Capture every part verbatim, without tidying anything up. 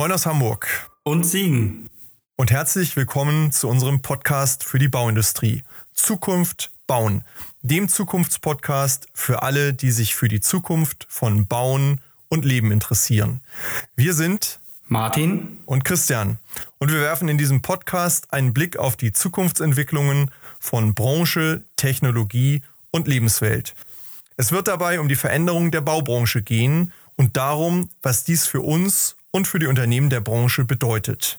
Moin aus Hamburg und Siegen und herzlich willkommen zu unserem Podcast für die Bauindustrie. Zukunft bauen, dem Zukunftspodcast für alle, die sich für die Zukunft von Bauen und Leben interessieren. Wir sind Martin und Christian und wir werfen in diesem Podcast einen Blick auf die Zukunftsentwicklungen von Branche, Technologie und Lebenswelt. Es wird dabei um die Veränderung der Baubranche gehen und darum, was dies für uns und für die Unternehmen der Branche bedeutet.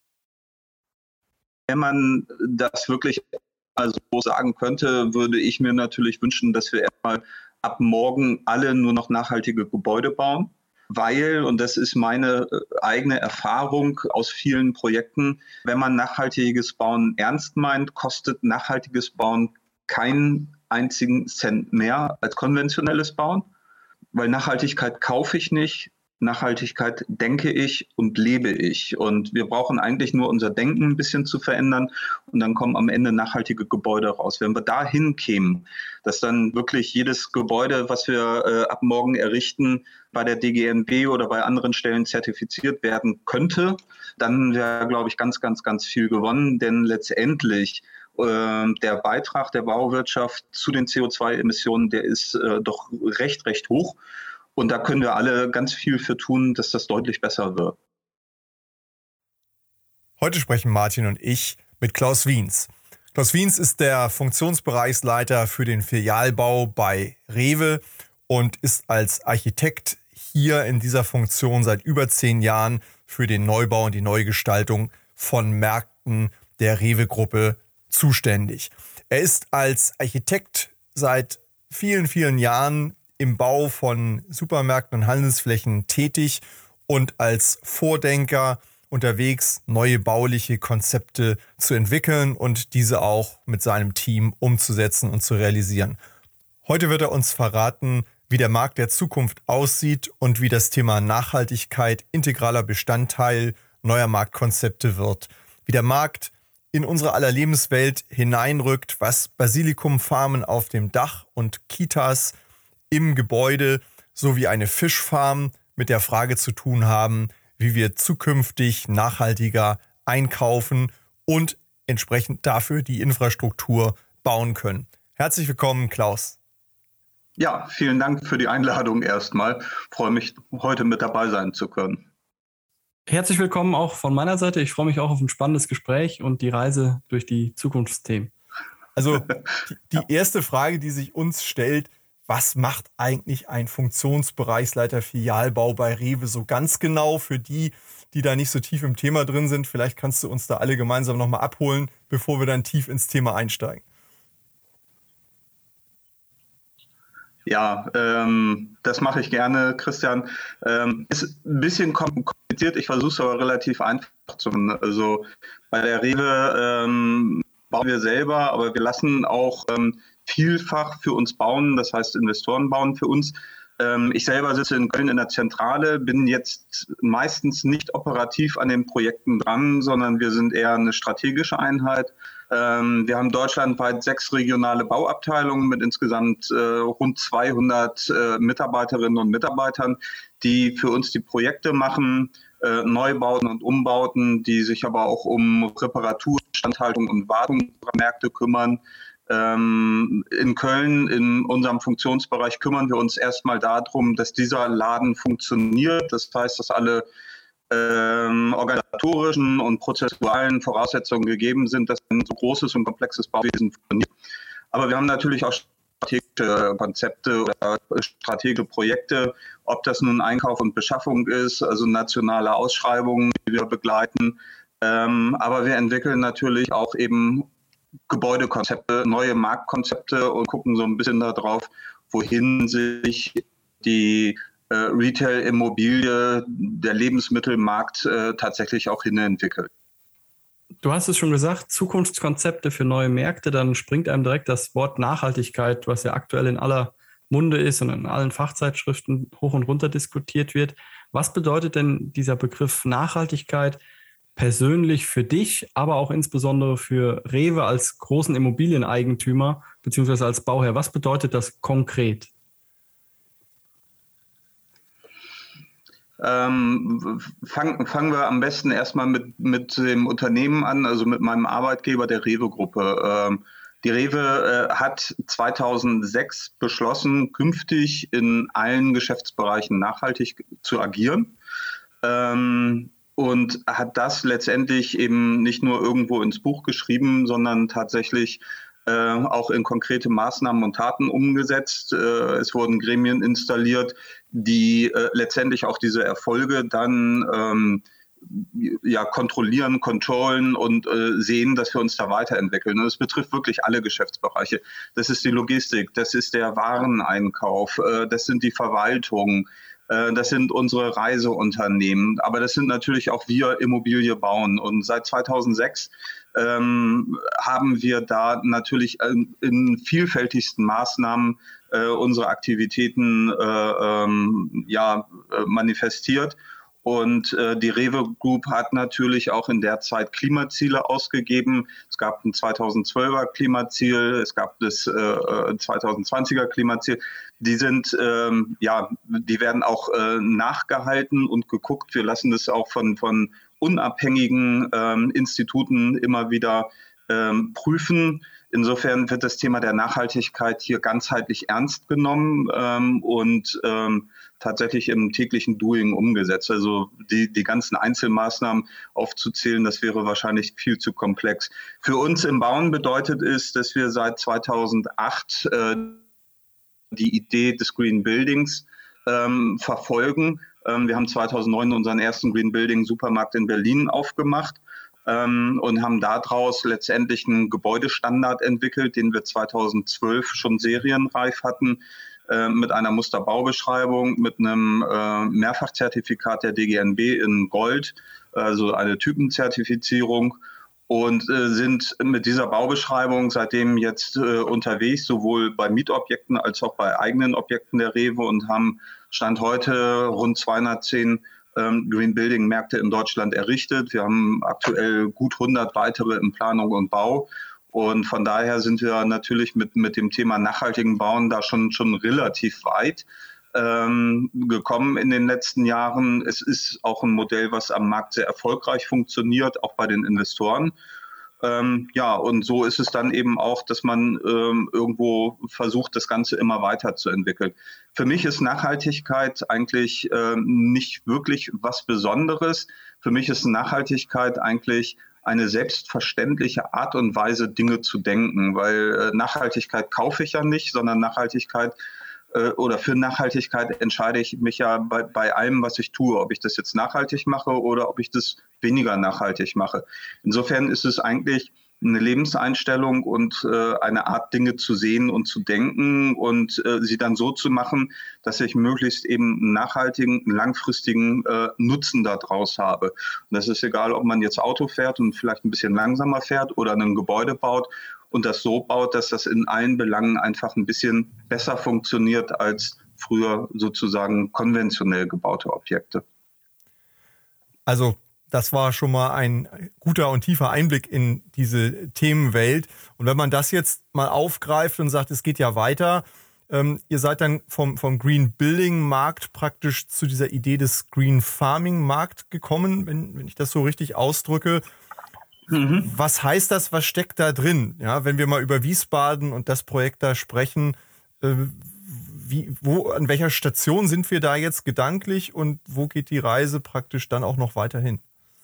Wenn man das wirklich also so sagen könnte, würde ich mir natürlich wünschen, dass wir erstmal ab morgen alle nur noch nachhaltige Gebäude bauen, weil, und das ist meine eigene Erfahrung aus vielen Projekten, wenn man nachhaltiges Bauen ernst meint, kostet nachhaltiges Bauen keinen einzigen Cent mehr als konventionelles Bauen, weil Nachhaltigkeit kaufe ich nicht. Nachhaltigkeit denke ich und lebe ich. Und wir brauchen eigentlich nur unser Denken ein bisschen zu verändern und dann kommen am Ende nachhaltige Gebäude raus. Wenn wir dahin kämen, dass dann wirklich jedes Gebäude, was wir äh, ab morgen errichten, bei der D G N B oder bei anderen Stellen zertifiziert werden könnte, dann wäre, glaube ich, ganz, ganz, ganz viel gewonnen. Denn letztendlich äh, der Beitrag der Bauwirtschaft zu den C O zwei Emissionen, der ist äh, doch recht, recht hoch. Und da können wir alle ganz viel für tun, dass das deutlich besser wird. Heute sprechen Martin und ich mit Klaus Wiens. Klaus Wiens ist der Funktionsbereichsleiter für den Filialbau bei REWE und ist als Architekt hier in dieser Funktion seit über zehn Jahren für den Neubau und die Neugestaltung von Märkten der REWE-Gruppe zuständig. Er ist als Architekt seit vielen, vielen Jahren im Bau von Supermärkten und Handelsflächen tätig und als Vordenker unterwegs, neue bauliche Konzepte zu entwickeln und diese auch mit seinem Team umzusetzen und zu realisieren. Heute wird er uns verraten, wie der Markt der Zukunft aussieht und wie das Thema Nachhaltigkeit integraler Bestandteil neuer Marktkonzepte wird. Wie der Markt in unsere aller Lebenswelt hineinrückt, was Basilikumfarmen auf dem Dach und Kitas im Gebäude sowie eine Fischfarm mit der Frage zu tun haben, wie wir zukünftig nachhaltiger einkaufen und entsprechend dafür die Infrastruktur bauen können. Herzlich willkommen, Klaus. Ja, vielen Dank für die Einladung erstmal. Ich freue mich, heute mit dabei sein zu können. Herzlich willkommen auch von meiner Seite. Ich freue mich auch auf ein spannendes Gespräch und die Reise durch die Zukunftsthemen. Also die, die erste Frage, die sich uns stellt: Was macht eigentlich ein Funktionsbereichsleiter Filialbau bei REWE so ganz genau für die, die da nicht so tief im Thema drin sind? Vielleicht kannst du uns da alle gemeinsam nochmal abholen, bevor wir dann tief ins Thema einsteigen. Ja, ähm, das mache ich gerne, Christian. Ähm, ist ein bisschen kompliziert, ich versuche es aber relativ einfach zu machen. Also bei der REWE ähm, bauen wir selber, aber wir lassen auch ähm, vielfach für uns bauen, das heißt Investoren bauen für uns. Ähm, ich selber sitze in Köln in der Zentrale, bin jetzt meistens nicht operativ an den Projekten dran, sondern wir sind eher eine strategische Einheit. Ähm, wir haben deutschlandweit sechs regionale Bauabteilungen mit insgesamt äh, rund zweihundert äh, Mitarbeiterinnen und Mitarbeitern, die für uns die Projekte machen, äh, Neubauten und Umbauten, die sich aber auch um Reparatur, Instandhaltung und Wartung unserer Märkte kümmern. In Köln, in unserem Funktionsbereich, kümmern wir uns erstmal darum, dass dieser Laden funktioniert. Das heißt, dass alle ähm, organisatorischen und prozessualen Voraussetzungen gegeben sind, dass ein so großes und komplexes Bauwesen funktioniert. Aber wir haben natürlich auch strategische Konzepte oder strategische Projekte, ob das nun Einkauf und Beschaffung ist, also nationale Ausschreibungen, die wir begleiten. Ähm, aber wir entwickeln natürlich auch eben Gebäudekonzepte, neue Marktkonzepte und gucken so ein bisschen darauf, wohin sich die äh, Retail-Immobilie, der Lebensmittelmarkt äh, tatsächlich auch hin entwickelt. Du hast es schon gesagt, Zukunftskonzepte für neue Märkte, dann springt einem direkt das Wort Nachhaltigkeit, was ja aktuell in aller Munde ist und in allen Fachzeitschriften hoch und runter diskutiert wird. Was bedeutet denn dieser Begriff Nachhaltigkeit persönlich für dich, aber auch insbesondere für REWE als großen Immobilieneigentümer bzw. als Bauherr? Was bedeutet das konkret? Ähm, fangen, fangen wir am besten erstmal mit, mit dem Unternehmen an, also mit meinem Arbeitgeber, der Rewe-Gruppe. Ähm, die Rewe äh, hat zweitausendsechs beschlossen, künftig in allen Geschäftsbereichen nachhaltig zu agieren. Ähm, und hat das letztendlich eben nicht nur irgendwo ins Buch geschrieben, sondern tatsächlich äh, auch in konkrete Maßnahmen und Taten umgesetzt. Äh, es wurden Gremien installiert, die äh, letztendlich auch diese Erfolge dann ähm, ja, kontrollieren, controllen und äh, sehen, dass wir uns da weiterentwickeln. Und das betrifft wirklich alle Geschäftsbereiche. Das ist die Logistik, das ist der Wareneinkauf, äh, das sind die Verwaltungen, äh, das sind unsere Reiseunternehmen, aber das sind natürlich auch wir Immobilie bauen. Und seit zweitausendsechs ähm, haben wir da natürlich in, in vielfältigsten Maßnahmen äh, unsere Aktivitäten äh, ähm, ja, äh, manifestiert. Und äh, die Rewe Group hat natürlich auch in der Zeit Klimaziele ausgegeben. Es gab ein zweitausendzwölfer Klimaziel, es gab das äh, zweitausendzwanziger Klimaziel. Die sind, ähm, ja, die werden auch äh, nachgehalten und geguckt. Wir lassen das auch von, von unabhängigen ähm, Instituten immer wieder ähm, prüfen. Insofern wird das Thema der Nachhaltigkeit hier ganzheitlich ernst genommen ähm, und ähm, tatsächlich im täglichen Doing umgesetzt. Also die, die ganzen Einzelmaßnahmen aufzuzählen, das wäre wahrscheinlich viel zu komplex. Für uns im Bauen bedeutet es, dass wir seit zweitausendacht äh, die Idee des Green Buildings ähm, verfolgen. Ähm, wir haben zweitausendneun unseren ersten Green Building Supermarkt in Berlin aufgemacht. Ähm, und haben daraus letztendlich einen Gebäudestandard entwickelt, den wir zweitausendzwölf schon serienreif hatten, äh, mit einer Musterbaubeschreibung, mit einem äh, Mehrfachzertifikat der D G N B in Gold, also eine Typenzertifizierung, und äh, sind mit dieser Baubeschreibung seitdem jetzt äh, unterwegs, sowohl bei Mietobjekten als auch bei eigenen Objekten der Rewe, und haben Stand heute rund zweihundertzehn Green Building Märkte in Deutschland errichtet. Wir haben aktuell gut hundert weitere in Planung und Bau. Und von daher sind wir natürlich mit, mit dem Thema nachhaltigen Bauen da schon, schon relativ weit ähm, gekommen in den letzten Jahren. Es ist auch ein Modell, was am Markt sehr erfolgreich funktioniert, auch bei den Investoren. Ähm, ja, und so ist es dann eben auch, dass man ähm, irgendwo versucht, das Ganze immer weiterzuentwickeln. Für mich ist Nachhaltigkeit eigentlich ähm, nicht wirklich was Besonderes. Für mich ist Nachhaltigkeit eigentlich eine selbstverständliche Art und Weise, Dinge zu denken, weil äh, Nachhaltigkeit kaufe ich ja nicht, sondern Nachhaltigkeit äh, oder für Nachhaltigkeit entscheide ich mich ja bei, bei allem, was ich tue, ob ich das jetzt nachhaltig mache oder ob ich das weniger nachhaltig mache. Insofern ist es eigentlich eine Lebenseinstellung und äh, eine Art, Dinge zu sehen und zu denken und äh, sie dann so zu machen, dass ich möglichst eben einen nachhaltigen, langfristigen äh, Nutzen daraus habe. Und das ist egal, ob man jetzt Auto fährt und vielleicht ein bisschen langsamer fährt oder ein Gebäude baut und das so baut, dass das in allen Belangen einfach ein bisschen besser funktioniert als früher sozusagen konventionell gebaute Objekte. Also das war schon mal ein guter und tiefer Einblick in diese Themenwelt. Und wenn man das jetzt mal aufgreift und sagt, es geht ja weiter, ähm, ihr seid dann vom, vom Green Building Markt praktisch zu dieser Idee des Green Farming Markt gekommen, wenn, wenn ich das so richtig ausdrücke. Mhm. Was heißt das? Was steckt da drin? Ja, wenn wir mal über Wiesbaden und das Projekt da sprechen, äh, wie, wo, an welcher Station sind wir da jetzt gedanklich und wo geht die Reise praktisch dann auch noch weiterhin?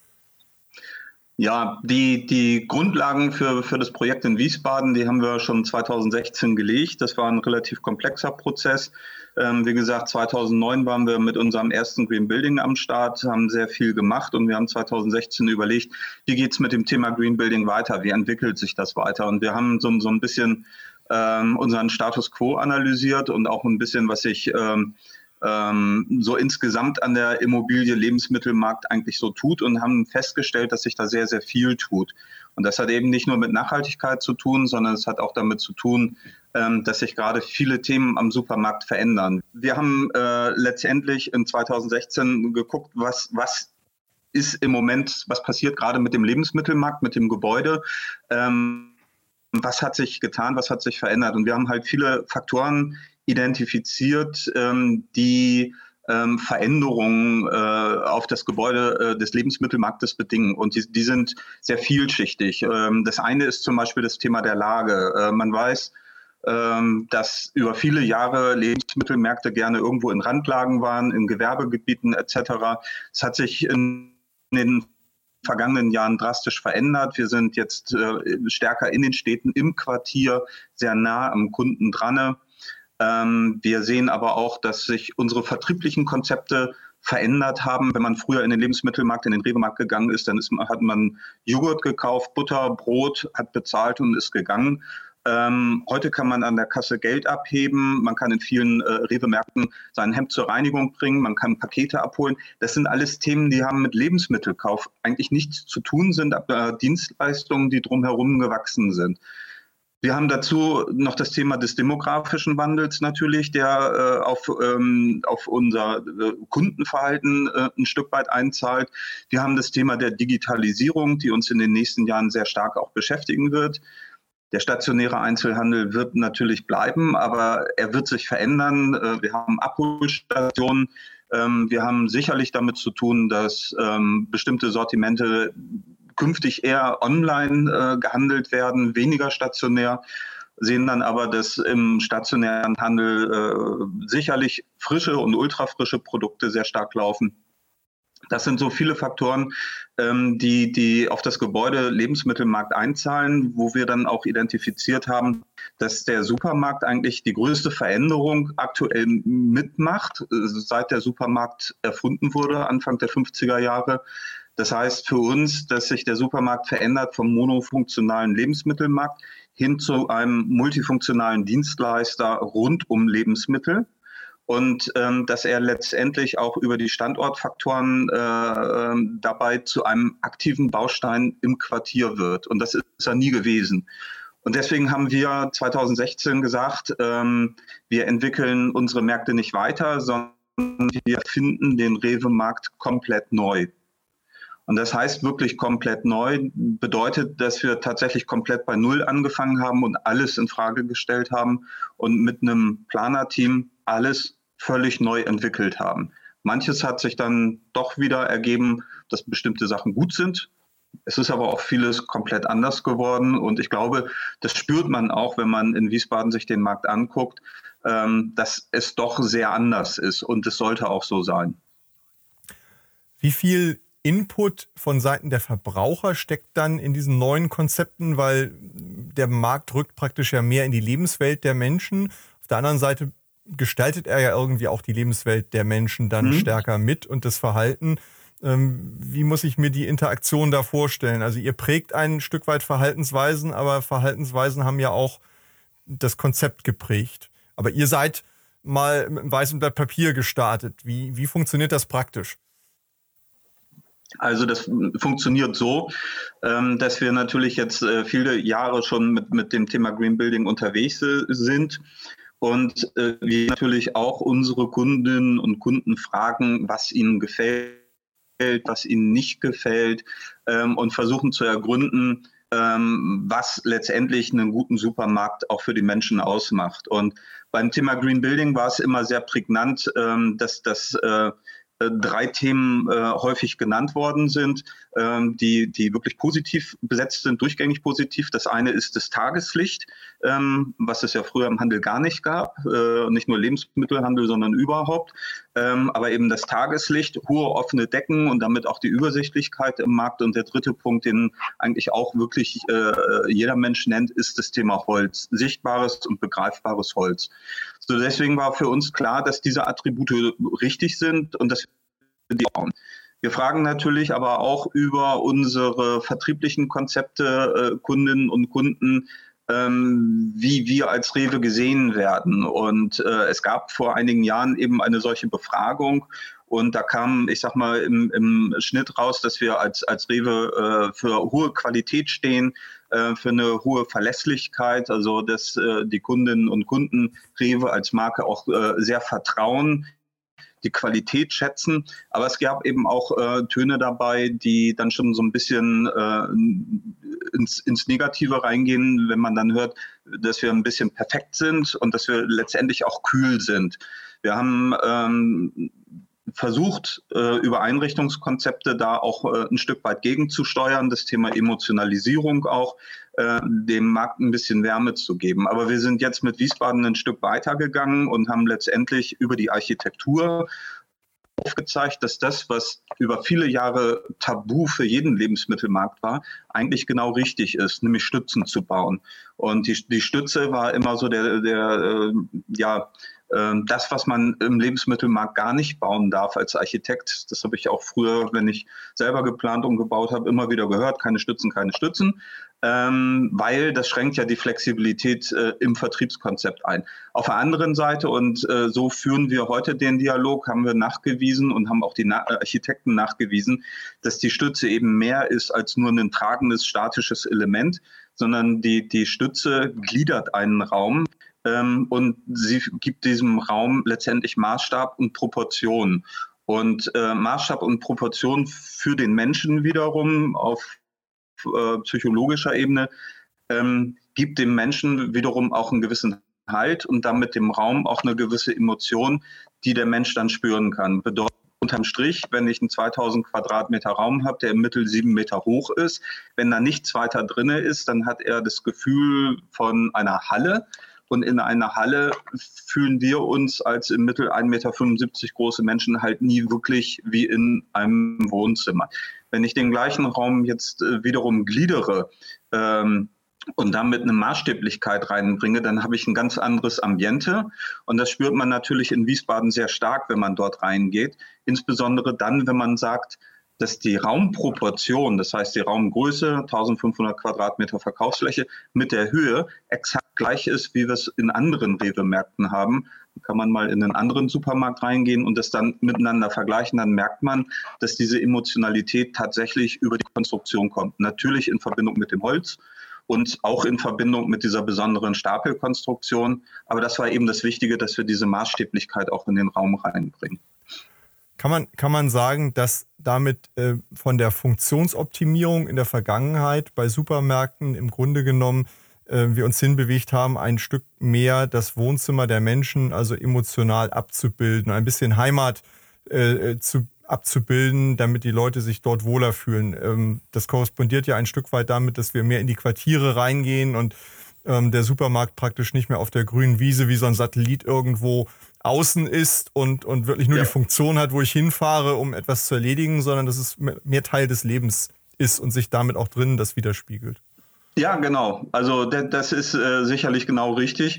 Ja, die, die Grundlagen für, für das Projekt in Wiesbaden, die haben wir schon zweitausendsechzehn gelegt. Das war ein relativ komplexer Prozess. Ähm, wie gesagt, zweitausendneun waren wir mit unserem ersten Green Building am Start, haben sehr viel gemacht und wir haben zweitausendsechzehn überlegt, wie geht es mit dem Thema Green Building weiter? Wie entwickelt sich das weiter? Und wir haben so, so ein bisschen ähm, unseren Status Quo analysiert und auch ein bisschen, was sich ähm, so insgesamt an der Immobilie Lebensmittelmarkt eigentlich so tut und haben festgestellt, dass sich da sehr, sehr viel tut. Und das hat eben nicht nur mit Nachhaltigkeit zu tun, sondern es hat auch damit zu tun, dass sich gerade viele Themen am Supermarkt verändern. Wir haben äh, letztendlich in zweitausendsechzehn geguckt, was, was ist im Moment, was passiert gerade mit dem Lebensmittelmarkt, mit dem Gebäude. Ähm, was hat sich getan, was hat sich verändert? Und wir haben halt viele Faktoren identifiziert, ähm, die ähm, Veränderungen äh, auf das Gebäude äh, des Lebensmittelmarktes bedingen. Und die, die sind sehr vielschichtig. Ähm, das eine ist zum Beispiel das Thema der Lage. Äh, man weiß, ähm, dass über viele Jahre Lebensmittelmärkte gerne irgendwo in Randlagen waren, in Gewerbegebieten et cetera. Es hat sich in, in den vergangenen Jahren drastisch verändert. Wir sind jetzt äh, stärker in den Städten, im Quartier, sehr nah am Kunden dran. Ähm, wir sehen aber auch, dass sich unsere vertrieblichen Konzepte verändert haben. Wenn man früher in den Lebensmittelmarkt, in den Rewe-Markt gegangen ist, dann ist, hat man Joghurt gekauft, Butter, Brot, hat bezahlt und ist gegangen. Ähm, heute kann man an der Kasse Geld abheben, man kann in vielen äh, Rewe-Märkten sein Hemd zur Reinigung bringen, man kann Pakete abholen. Das sind alles Themen, die haben mit Lebensmittelkauf eigentlich nichts zu tun, sind aber Dienstleistungen, die drumherum gewachsen sind. Wir haben dazu noch das Thema des demografischen Wandels natürlich, der äh, auf, ähm, auf unser äh, Kundenverhalten äh, ein Stück weit einzahlt. Wir haben das Thema der Digitalisierung, die uns in den nächsten Jahren sehr stark auch beschäftigen wird. Der stationäre Einzelhandel wird natürlich bleiben, aber er wird sich verändern. Wir haben Abholstationen. Wir haben sicherlich damit zu tun, dass bestimmte Sortimente künftig eher online gehandelt werden, weniger stationär. Sehen dann aber, dass im stationären Handel sicherlich frische und ultrafrische Produkte sehr stark laufen. Das sind so viele Faktoren, ähm, die, die auf das Gebäude Lebensmittelmarkt einzahlen, wo wir dann auch identifiziert haben, dass der Supermarkt eigentlich die größte Veränderung aktuell mitmacht, seit der Supermarkt erfunden wurde, Anfang der fünfziger Jahre. Das heißt für uns, dass sich der Supermarkt verändert vom monofunktionalen Lebensmittelmarkt hin zu einem multifunktionalen Dienstleister rund um Lebensmittel. Und ähm, dass er letztendlich auch über die Standortfaktoren äh, dabei zu einem aktiven Baustein im Quartier wird. Und das ist er nie gewesen. Und deswegen haben wir zwanzig sechzehn gesagt, ähm, wir entwickeln unsere Märkte nicht weiter, sondern wir finden den Rewe-Markt komplett neu. Und das heißt wirklich komplett neu, bedeutet, dass wir tatsächlich komplett bei Null angefangen haben und alles in Frage gestellt haben und mit einem Planerteam alles völlig neu entwickelt haben. Manches hat sich dann doch wieder ergeben, dass bestimmte Sachen gut sind. Es ist aber auch vieles komplett anders geworden. Und ich glaube, das spürt man auch, wenn man in Wiesbaden sich den Markt anguckt, dass es doch sehr anders ist. Und es sollte auch so sein. Wie viel Input von Seiten der Verbraucher steckt dann in diesen neuen Konzepten? Weil der Markt rückt praktisch ja mehr in die Lebenswelt der Menschen. Auf der anderen Seite gestaltet er ja irgendwie auch die Lebenswelt der Menschen dann mhm. stärker mit und das Verhalten. Ähm, wie muss ich mir die Interaktion da vorstellen? Also ihr prägt ein Stück weit Verhaltensweisen, aber Verhaltensweisen haben ja auch das Konzept geprägt. Aber ihr seid mal mit einem weißen Blatt Papier gestartet. Wie, wie funktioniert das praktisch? Also das funktioniert so, dass wir natürlich jetzt viele Jahre schon mit, mit dem Thema Green Building unterwegs sind. Und äh, wir natürlich auch unsere Kundinnen und Kunden fragen, was ihnen gefällt, was ihnen nicht gefällt ähm, und versuchen zu ergründen, ähm, was letztendlich einen guten Supermarkt auch für die Menschen ausmacht. Und beim Thema Green Building war es immer sehr prägnant, ähm, dass das äh, drei Themen äh, häufig genannt worden sind, ähm, die, die wirklich positiv besetzt sind, durchgängig positiv. Das eine ist das Tageslicht, ähm, was es ja früher im Handel gar nicht gab, äh, nicht nur Lebensmittelhandel, sondern überhaupt. Ähm, aber eben das Tageslicht, hohe offene Decken und damit auch die Übersichtlichkeit im Markt. Und der dritte Punkt, den eigentlich auch wirklich äh, jeder Mensch nennt, ist das Thema Holz. Sichtbares und begreifbares Holz. So, deswegen war für uns klar, dass diese Attribute richtig sind und dass wir die bauen. Wir fragen natürlich aber auch über unsere vertrieblichen Konzepte, äh, Kundinnen und Kunden, ähm, wie wir als Rewe gesehen werden. Und äh, es gab vor einigen Jahren eben eine solche Befragung. Und da kam, ich sag mal, im, im Schnitt raus, dass wir als, als Rewe äh, für hohe Qualität stehen, äh, für eine hohe Verlässlichkeit, also dass äh, die Kundinnen und Kunden Rewe als Marke auch äh, sehr vertrauen. die Qualität schätzen. Aber es gab eben auch äh, Töne dabei, die dann schon so ein bisschen äh, ins, ins Negative reingehen, wenn man dann hört, dass wir ein bisschen perfekt sind und dass wir letztendlich auch kühl sind. Wir haben ähm, versucht, äh, über Einrichtungskonzepte da auch äh, ein Stück weit gegenzusteuern, das Thema Emotionalisierung auch, äh, dem Markt ein bisschen Wärme zu geben. Aber wir sind jetzt mit Wiesbaden ein Stück weitergegangen und haben letztendlich über die Architektur aufgezeigt, dass das, was über viele Jahre Tabu für jeden Lebensmittelmarkt war, eigentlich genau richtig ist, nämlich Stützen zu bauen. Und die, die Stütze war immer so der, der äh, ja, das, was man im Lebensmittelmarkt gar nicht bauen darf als Architekt. Das habe ich auch früher, wenn ich selber geplant und gebaut habe, immer wieder gehört. Keine Stützen, keine Stützen. Ähm, weil das schränkt ja die Flexibilität äh, im Vertriebskonzept ein. Auf der anderen Seite, und äh, so führen wir heute den Dialog, haben wir nachgewiesen und haben auch die Na- Architekten nachgewiesen, dass die Stütze eben mehr ist als nur ein tragendes, statisches Element, sondern die, die Stütze gliedert einen Raum, Ähm, und sie gibt diesem Raum letztendlich Maßstab und Proportion. Und äh, Maßstab und Proportion für den Menschen wiederum auf äh, psychologischer Ebene ähm, gibt dem Menschen wiederum auch einen gewissen Halt und damit dem Raum auch eine gewisse Emotion, die der Mensch dann spüren kann. Bedeutet unterm Strich, wenn ich einen zweitausend Quadratmeter Raum habe, der im Mittel sieben Meter hoch ist, wenn da nichts weiter drin ist, dann hat er das Gefühl von einer Halle. Und in einer Halle fühlen wir uns als im Mittel ein Meter fünfundsiebzig große Menschen halt nie wirklich wie in einem Wohnzimmer. Wenn ich den gleichen Raum jetzt äh, wiederum gliedere ähm, und damit eine Maßstäblichkeit reinbringe, dann habe ich ein ganz anderes Ambiente. Und das spürt man natürlich in Wiesbaden sehr stark, wenn man dort reingeht. Insbesondere dann, wenn man sagt, dass die Raumproportion, das heißt die Raumgröße, eintausendfünfhundert Quadratmeter Verkaufsfläche, mit der Höhe exakt gleich ist, wie wir es in anderen Rewe-Märkten haben. Da kann man mal in einen anderen Supermarkt reingehen und das dann miteinander vergleichen. Dann merkt man, dass diese Emotionalität tatsächlich über die Konstruktion kommt. Natürlich in Verbindung mit dem Holz und auch in Verbindung mit dieser besonderen Stapelkonstruktion. Aber das war eben das Wichtige, dass wir diese Maßstäblichkeit auch in den Raum reinbringen. Kann man, kann man sagen, dass damit äh, von der Funktionsoptimierung in der Vergangenheit bei Supermärkten im Grunde genommen äh, wir uns hinbewegt haben, ein Stück mehr das Wohnzimmer der Menschen also emotional abzubilden, ein bisschen Heimat äh, zu, abzubilden, damit die Leute sich dort wohler fühlen. Ähm, das korrespondiert ja ein Stück weit damit, dass wir mehr in die Quartiere reingehen und ähm, der Supermarkt praktisch nicht mehr auf der grünen Wiese wie so ein Satellit irgendwo außen ist und, und wirklich nur ja. die Funktion hat, wo ich hinfahre, um etwas zu erledigen, sondern dass es mehr Teil des Lebens ist und sich damit auch drinnen das widerspiegelt. Ja, genau. Also das ist äh, sicherlich genau richtig.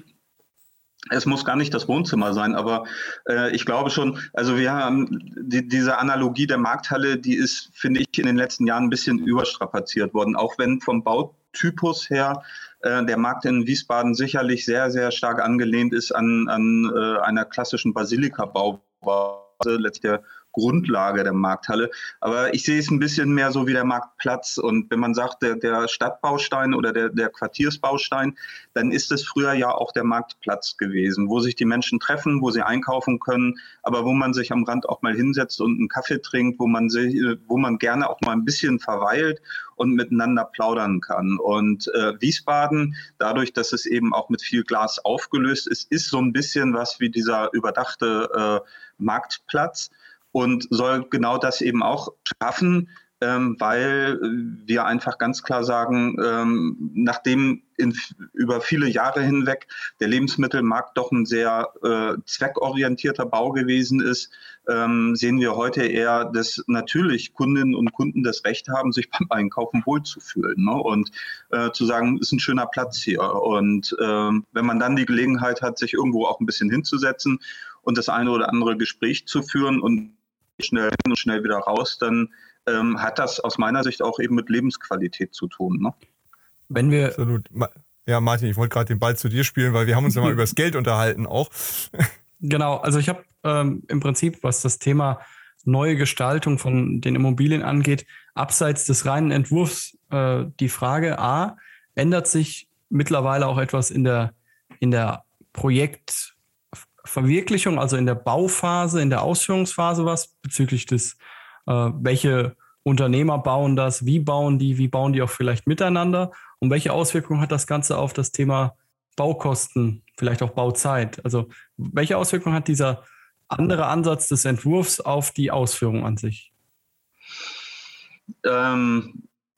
Es muss gar nicht das Wohnzimmer sein, aber äh, ich glaube schon, also wir haben die, diese Analogie der Markthalle, die ist, finde ich, in den letzten Jahren ein bisschen überstrapaziert worden, auch wenn vom Bautypus her äh, der Markt in Wiesbaden sicherlich sehr, sehr stark angelehnt ist an, an äh, einer klassischen Basilika-Bauweise, letztlich der Grundlage der Markthalle. Aber ich sehe es ein bisschen mehr so wie der Marktplatz. Und wenn man sagt, der, der Stadtbaustein oder der, der Quartiersbaustein, dann ist es früher ja auch der Marktplatz gewesen, wo sich die Menschen treffen, wo sie einkaufen können, aber wo man sich am Rand auch mal hinsetzt und einen Kaffee trinkt, wo man, sich, wo man gerne auch mal ein bisschen verweilt und miteinander plaudern kann. Und äh, Wiesbaden, dadurch, dass es eben auch mit viel Glas aufgelöst ist, ist so ein bisschen was wie dieser überdachte äh, Marktplatz. Und soll genau das eben auch schaffen, ähm, weil wir einfach ganz klar sagen, ähm, nachdem in, über viele Jahre hinweg der Lebensmittelmarkt doch ein sehr äh, zweckorientierter Bau gewesen ist, ähm, sehen wir heute eher, dass natürlich Kundinnen und Kunden das Recht haben, sich beim Einkaufen wohlzufühlen, ne? Und äh, zu sagen, ist ein schöner Platz hier. Und ähm, wenn man dann die Gelegenheit hat, sich irgendwo auch ein bisschen hinzusetzen und das eine oder andere Gespräch zu führen und schnell hin und schnell wieder raus, dann ähm, hat das aus meiner Sicht auch eben mit Lebensqualität zu tun. Ne? Wenn wir Absolut. Ja, Martin, ich wollte gerade den Ball zu dir spielen, weil wir haben uns ja mal über das Geld unterhalten auch. Genau, also ich habe ähm, im Prinzip, was das Thema neue Gestaltung von den Immobilien angeht, abseits des reinen Entwurfs äh, die Frage, A, ändert sich mittlerweile auch etwas in der, in der Projekt Verwirklichung, also in der Bauphase, in der Ausführungsphase was bezüglich des, äh, welche Unternehmer bauen das, wie bauen die, wie bauen die auch vielleicht miteinander und welche Auswirkungen hat das Ganze auf das Thema Baukosten, vielleicht auch Bauzeit? Also welche Auswirkungen hat dieser andere Ansatz des Entwurfs auf die Ausführung an sich? Ähm,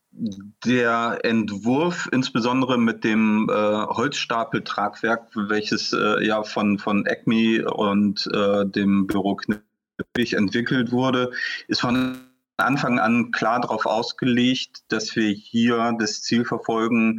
der Entwurf, insbesondere mit dem äh, Holzstapeltragwerk, welches äh, ja von, von ECMI und äh, dem Büro Knippich entwickelt wurde, ist von Anfang an klar darauf ausgelegt, dass wir hier das Ziel verfolgen,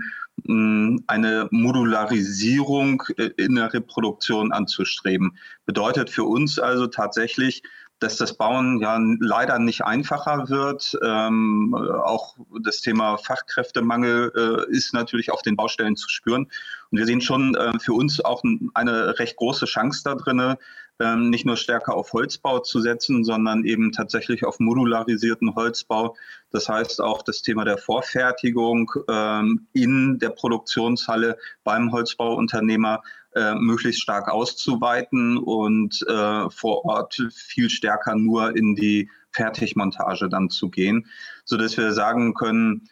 eine Modularisierung in der Reproduktion anzustreben. Bedeutet für uns also tatsächlich, dass das Bauen ja leider nicht einfacher wird. Ähm, auch das Thema Fachkräftemangel äh, ist natürlich auf den Baustellen zu spüren. Und wir sehen schon äh, für uns auch eine recht große Chance da drin, ähm, nicht nur stärker auf Holzbau zu setzen, sondern eben tatsächlich auf modularisierten Holzbau. Das heißt auch das Thema der Vorfertigung ähm, in der Produktionshalle beim Holzbauunternehmer äh, möglichst stark auszuweiten und äh, vor Ort viel stärker nur in die Fertigmontage dann zu gehen, sodass wir sagen können,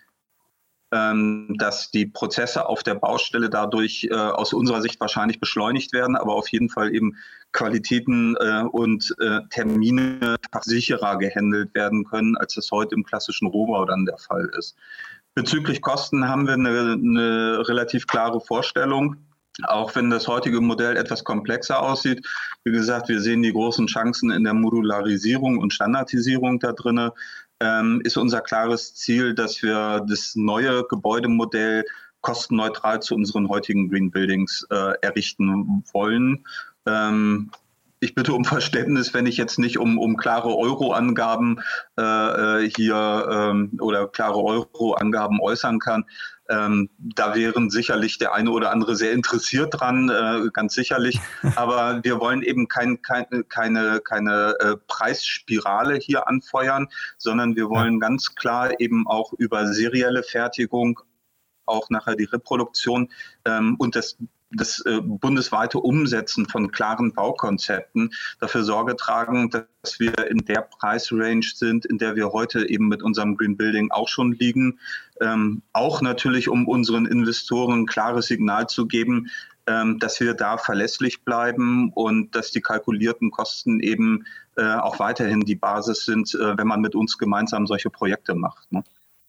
ähm, dass die Prozesse auf der Baustelle dadurch äh, aus unserer Sicht wahrscheinlich beschleunigt werden, aber auf jeden Fall eben Qualitäten äh, und äh, Termine sicherer gehandelt werden können, als es heute im klassischen Rohbau dann der Fall ist. Bezüglich Kosten haben wir eine, eine relativ klare Vorstellung. Auch wenn das heutige Modell etwas komplexer aussieht. Wie gesagt, wir sehen die großen Chancen in der Modularisierung und Standardisierung da drin. Ähm, ist unser klares Ziel, dass wir das neue Gebäudemodell kostenneutral zu unseren heutigen Green Buildings äh, errichten wollen. Ähm, Ich bitte um Verständnis, wenn ich jetzt nicht um, um klare Euro-Angaben äh, hier ähm, oder klare Euro-Angaben äußern kann. Ähm, da wären sicherlich der eine oder andere sehr interessiert dran, äh, ganz sicherlich. Aber wir wollen eben kein, kein, keine, keine äh, Preisspirale hier anfeuern, sondern wir wollen ja. ganz klar eben auch über serielle Fertigung, auch nachher die Reproduktion ähm, und das das äh, bundesweite Umsetzen von klaren Baukonzepten dafür Sorge tragen, dass wir in der Preisrange sind, in der wir heute eben mit unserem Green Building auch schon liegen. Ähm, auch natürlich, um unseren Investoren ein klares Signal zu geben, ähm, dass wir da verlässlich bleiben und dass die kalkulierten Kosten eben äh, auch weiterhin die Basis sind, äh, wenn man mit uns gemeinsam solche Projekte macht, ne?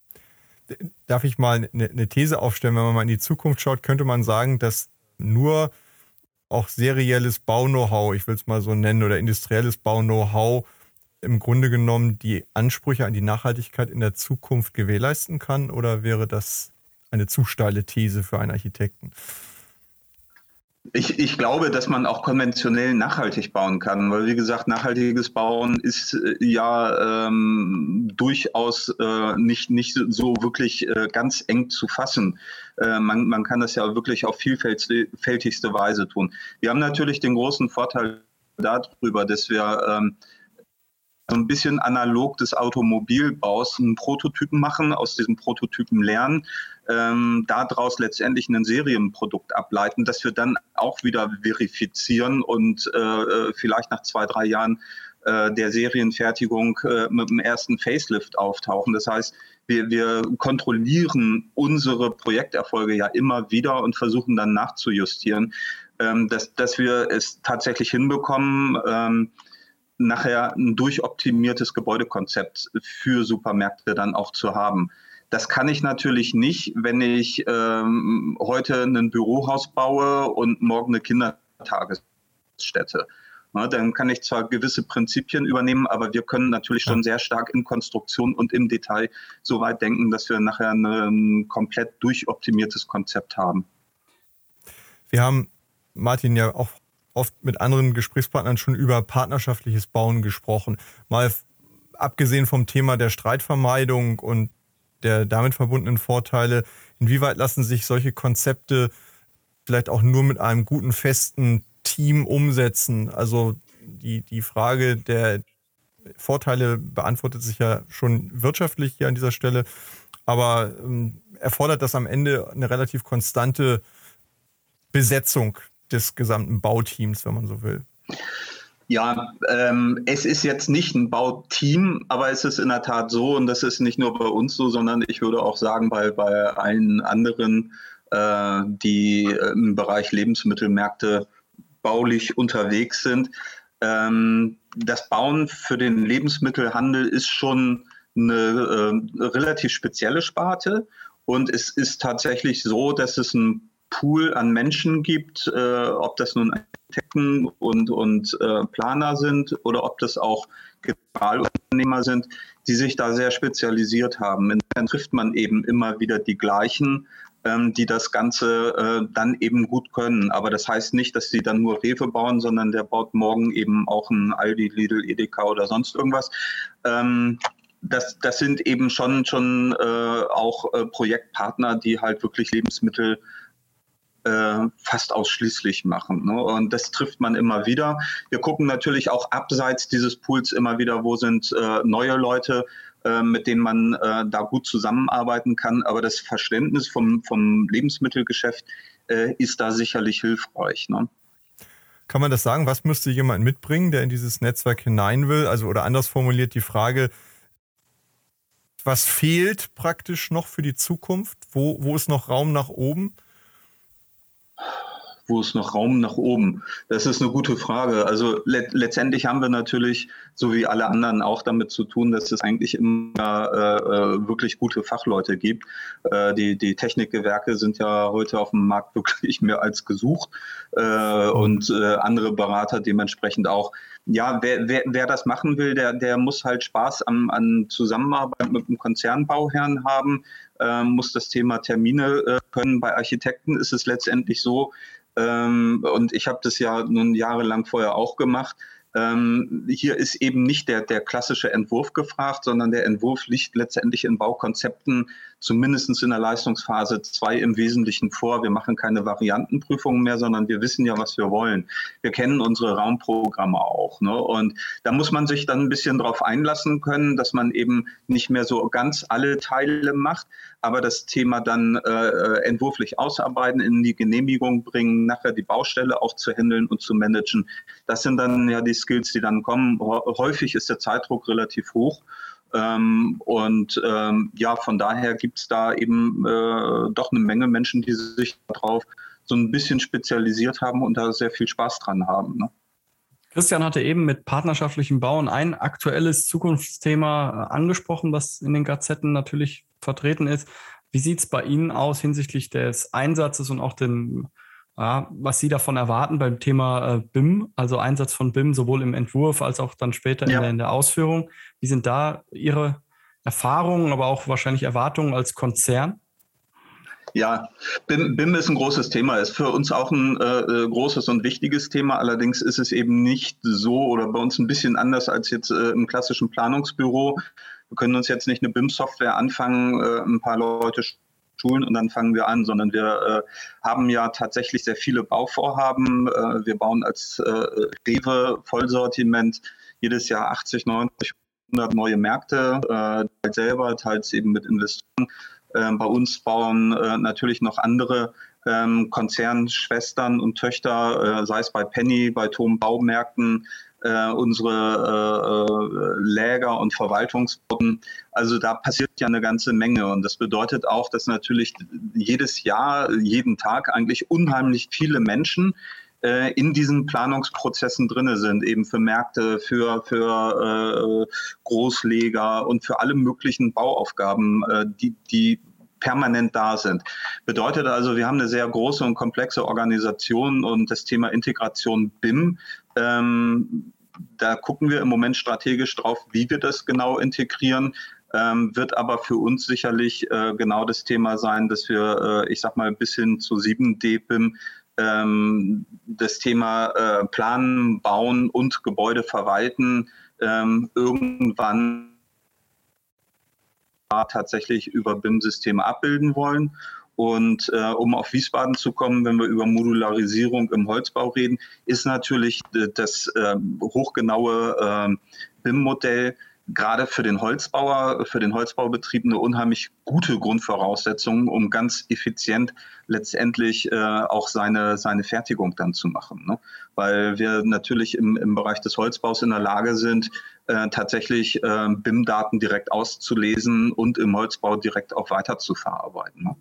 Darf ich mal eine, eine These aufstellen? Wenn man mal in die Zukunft schaut, könnte man sagen, dass nur auch serielles Bau-Know-how, ich will es mal so nennen, oder industrielles Bau-Know-how im Grunde genommen die Ansprüche an die Nachhaltigkeit in der Zukunft gewährleisten kann? Oder wäre das eine zu steile These für einen Architekten? Ich, ich glaube, dass man auch konventionell nachhaltig bauen kann, weil wie gesagt, nachhaltiges Bauen ist äh, ja ähm, durchaus äh, nicht, nicht so wirklich äh, ganz eng zu fassen. Äh, man, man kann das ja wirklich auf vielfältigste Weise tun. Wir haben natürlich den großen Vorteil darüber, dass wir ähm, so ein bisschen analog des Automobilbaus einen Prototypen machen, aus diesen Prototypen lernen, ähm, daraus letztendlich ein Serienprodukt ableiten, das wir dann auch wieder verifizieren und äh, vielleicht nach zwei, drei Jahren äh, der Serienfertigung äh, mit dem ersten Facelift auftauchen. Das heißt, wir, wir kontrollieren unsere Projekterfolge ja immer wieder und versuchen dann nachzujustieren, ähm, dass, dass wir es tatsächlich hinbekommen, ähm, nachher ein durchoptimiertes Gebäudekonzept für Supermärkte dann auch zu haben. Das kann ich natürlich nicht, wenn ich ähm, heute ein Bürohaus baue und morgen eine Kindertagesstätte. Na, dann kann ich zwar gewisse Prinzipien übernehmen, aber wir können natürlich schon sehr stark in Konstruktion und im Detail so weit denken, dass wir nachher ein komplett durchoptimiertes Konzept haben. Wir haben, Martin, ja auch oft mit anderen Gesprächspartnern schon über partnerschaftliches Bauen gesprochen. Mal abgesehen vom Thema der Streitvermeidung und der damit verbundenen Vorteile, inwieweit lassen sich solche Konzepte vielleicht auch nur mit einem guten, festen Team umsetzen? Also die, die Frage der Vorteile beantwortet sich ja schon wirtschaftlich hier an dieser Stelle, aber ähm, erfordert das am Ende eine relativ konstante Besetzung des gesamten Bauteams, wenn man so will. Ja, ähm, es ist jetzt nicht ein Bauteam, aber es ist in der Tat so, und das ist nicht nur bei uns so, sondern ich würde auch sagen, bei, bei allen anderen, äh, die im Bereich Lebensmittelmärkte baulich unterwegs sind. Ähm, das Bauen für den Lebensmittelhandel ist schon eine äh, relativ spezielle Sparte, und es ist tatsächlich so, dass es ein Pool an Menschen gibt, äh, ob das nun Architekten und, und äh, Planer sind oder ob das auch Generalunternehmer sind, die sich da sehr spezialisiert haben. Insofern trifft man eben immer wieder die gleichen, ähm, die das Ganze äh, dann eben gut können. Aber das heißt nicht, dass sie dann nur Rewe bauen, sondern der baut morgen eben auch ein Aldi, Lidl, Edeka oder sonst irgendwas. Ähm, das, das sind eben schon, schon äh, auch äh, Projektpartner, die halt wirklich Lebensmittel fast ausschließlich machen. Ne? Und das trifft man immer wieder. Wir gucken natürlich auch abseits dieses Pools immer wieder, wo sind äh, neue Leute, äh, mit denen man äh, da gut zusammenarbeiten kann. Aber das Verständnis vom, vom Lebensmittelgeschäft äh, ist da sicherlich hilfreich. Ne? Kann man das sagen? Was müsste jemand mitbringen, der in dieses Netzwerk hinein will? Also, oder anders formuliert die Frage, was fehlt praktisch noch für die Zukunft? Wo, wo ist noch Raum nach oben? Wo ist noch Raum nach oben? Das ist eine gute Frage. Also le- letztendlich haben wir natürlich, so wie alle anderen, auch damit zu tun, dass es eigentlich immer äh, wirklich gute Fachleute gibt. Äh, die, die Technikgewerke sind ja heute auf dem Markt wirklich mehr als gesucht, äh, und äh, andere Berater dementsprechend auch. Ja, wer, wer, wer das machen will, der, der muss halt Spaß am, an Zusammenarbeit mit dem Konzernbauherrn haben, äh, muss das Thema Termine äh, können. Bei Architekten ist es letztendlich so, ähm, und ich habe das ja nun jahrelang vorher auch gemacht, ähm, hier ist eben nicht der, der klassische Entwurf gefragt, sondern der Entwurf liegt letztendlich in Baukonzepten, zumindest in der Leistungsphase zwei im Wesentlichen vor. Wir machen keine Variantenprüfungen mehr, sondern wir wissen ja, was wir wollen. Wir kennen unsere Raumprogramme auch. Ne? Und da muss man sich dann ein bisschen drauf einlassen können, dass man eben nicht mehr so ganz alle Teile macht, aber das Thema dann äh, entwurflich ausarbeiten, in die Genehmigung bringen, nachher die Baustelle auch zu handeln und zu managen. Das sind dann ja die Skills, die dann kommen. Häufig ist der Zeitdruck relativ hoch. Ähm, und ähm, ja, von daher gibt es da eben äh, doch eine Menge Menschen, die sich darauf so ein bisschen spezialisiert haben und da sehr viel Spaß dran haben. Ne? Christian hatte eben mit partnerschaftlichem Bauen ein aktuelles Zukunftsthema angesprochen, was in den Gazetten natürlich vertreten ist. Wie sieht es bei Ihnen aus hinsichtlich des Einsatzes und auch den, ja, was Sie davon erwarten beim Thema äh, B I M, also Einsatz von B I M sowohl im Entwurf als auch dann später ja. in, der, in der Ausführung? Wie sind da Ihre Erfahrungen, aber auch wahrscheinlich Erwartungen als Konzern? Ja, B I M, B I M ist ein großes Thema, ist für uns auch ein äh, großes und wichtiges Thema. Allerdings ist es eben nicht so oder bei uns ein bisschen anders als jetzt äh, im klassischen Planungsbüro. Wir können uns jetzt nicht eine B I M-Software anfangen, äh, ein paar Leute schulen und dann fangen wir an, sondern wir äh, haben ja tatsächlich sehr viele Bauvorhaben. Äh, wir bauen als äh, Rewe Vollsortiment jedes Jahr achtzig, neunzig, hundert neue Märkte, äh, teils selber, teils eben mit Investoren. Äh, bei uns bauen äh, natürlich noch andere ähm, Konzernschwestern und Töchter, äh, sei es bei Penny, bei Thom Baumärkten, äh, unsere äh, Läger und Verwaltungsbauten. Also da passiert ja eine ganze Menge und das bedeutet auch, dass natürlich jedes Jahr, jeden Tag eigentlich unheimlich viele Menschen äh, in diesen Planungsprozessen drin sind, eben für Märkte, für, für äh, Großleger und für alle möglichen Bauaufgaben, äh, die, die permanent da sind. Bedeutet also, wir haben eine sehr große und komplexe Organisation und das Thema Integration B I M, ähm, da gucken wir im Moment strategisch drauf, wie wir das genau integrieren, ähm, wird aber für uns sicherlich äh, genau das Thema sein, dass wir, äh, ich sag mal, bis hin zu sieben D B I M ähm, das Thema äh, Planen, Bauen und Gebäude verwalten ähm, irgendwann tatsächlich über B I M-Systeme abbilden wollen. Und äh, um auf Wiesbaden zu kommen, wenn wir über Modularisierung im Holzbau reden, ist natürlich das äh, hochgenaue äh, B I M-Modell gerade für den Holzbauer, für den Holzbaubetrieb eine unheimlich gute Grundvoraussetzung, um ganz effizient letztendlich äh, auch seine, seine Fertigung dann zu machen. Ne? Weil wir natürlich im, im Bereich des Holzbaus in der Lage sind, äh, tatsächlich äh, B I M-Daten direkt auszulesen und im Holzbau direkt auch weiter zu verarbeiten. Ne?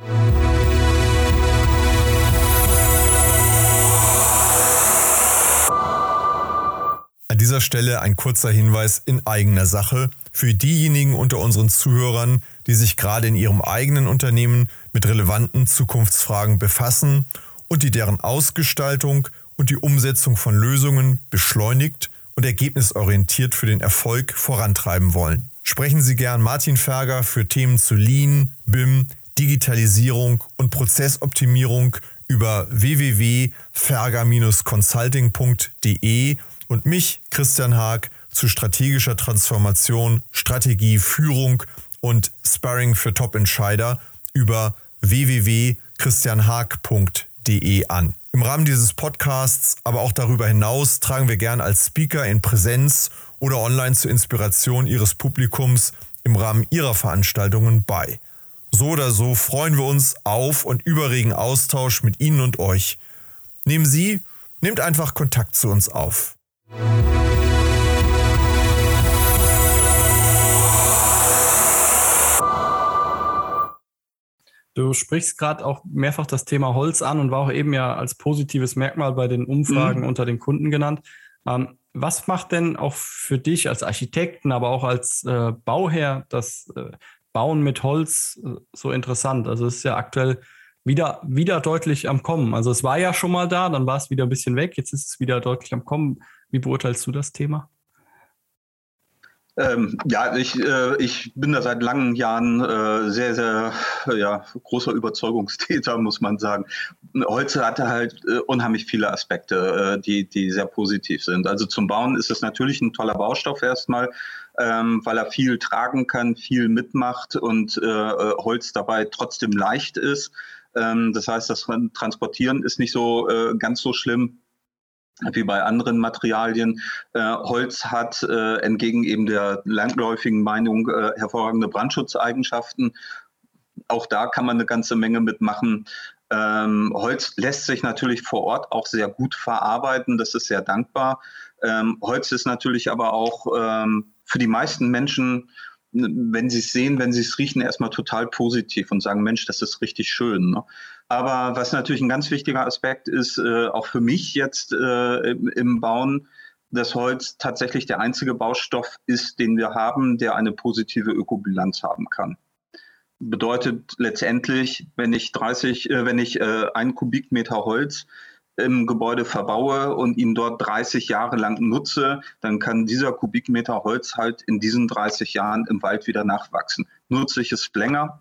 An dieser Stelle ein kurzer Hinweis in eigener Sache für diejenigen unter unseren Zuhörern, die sich gerade in ihrem eigenen Unternehmen mit relevanten Zukunftsfragen befassen und die deren Ausgestaltung und die Umsetzung von Lösungen beschleunigt und ergebnisorientiert für den Erfolg vorantreiben wollen. Sprechen Sie gern Martin Ferger für Themen zu Lean, B I M, Digitalisierung und Prozessoptimierung über w w w punkt ferger Bindestrich consulting punkt de und mich, Christian Haag, zu strategischer Transformation, Strategie, Führung und Sparring für Top-Entscheider über w w w punkt christian haag punkt de an. Im Rahmen dieses Podcasts, aber auch darüber hinaus, tragen wir gern als Speaker in Präsenz oder online zur Inspiration Ihres Publikums im Rahmen Ihrer Veranstaltungen bei. So oder so freuen wir uns auf und über regen Austausch mit Ihnen und euch. Nehmen Sie, nehmt einfach Kontakt zu uns auf. Du sprichst gerade auch mehrfach das Thema Holz an und war auch eben ja als positives Merkmal bei den Umfragen mhm. unter den Kunden genannt. Ähm, was macht denn auch für dich als Architekten, aber auch als äh, Bauherr das äh, Bauen mit Holz äh, so interessant? Also es ist ja aktuell wieder, wieder deutlich am Kommen. Also es war ja schon mal da, dann war es wieder ein bisschen weg, jetzt ist es wieder deutlich am Kommen. Wie beurteilst du das Thema? Ähm, ja, ich, äh, ich bin da seit langen Jahren äh, sehr, sehr ja, großer Überzeugungstäter, muss man sagen. Holz hat halt äh, unheimlich viele Aspekte, äh, die, die sehr positiv sind. Also zum Bauen ist es natürlich ein toller Baustoff erstmal, ähm, weil er viel tragen kann, viel mitmacht und äh, Holz dabei trotzdem leicht ist. Ähm, das heißt, das Transportieren ist nicht so äh, ganz so schlimm wie bei anderen Materialien. Äh, Holz hat äh, entgegen eben der landläufigen Meinung äh, hervorragende Brandschutzeigenschaften. Auch da kann man eine ganze Menge mitmachen. Ähm, Holz lässt sich natürlich vor Ort auch sehr gut verarbeiten. Das ist sehr dankbar. Ähm, Holz ist natürlich aber auch ähm, für die meisten Menschen, wenn sie es sehen, wenn sie es riechen, erstmal total positiv und sagen, Mensch, das ist richtig schön. Ne? Aber was natürlich ein ganz wichtiger Aspekt ist, äh, auch für mich jetzt äh, im, im Bauen, dass Holz tatsächlich der einzige Baustoff ist, den wir haben, der eine positive Ökobilanz haben kann. Bedeutet letztendlich, wenn ich dreißig, äh, wenn ich äh, einen Kubikmeter Holz im Gebäude verbaue und ihn dort dreißig Jahre lang nutze, dann kann dieser Kubikmeter Holz halt in diesen dreißig Jahren im Wald wieder nachwachsen. Nutze ich es länger,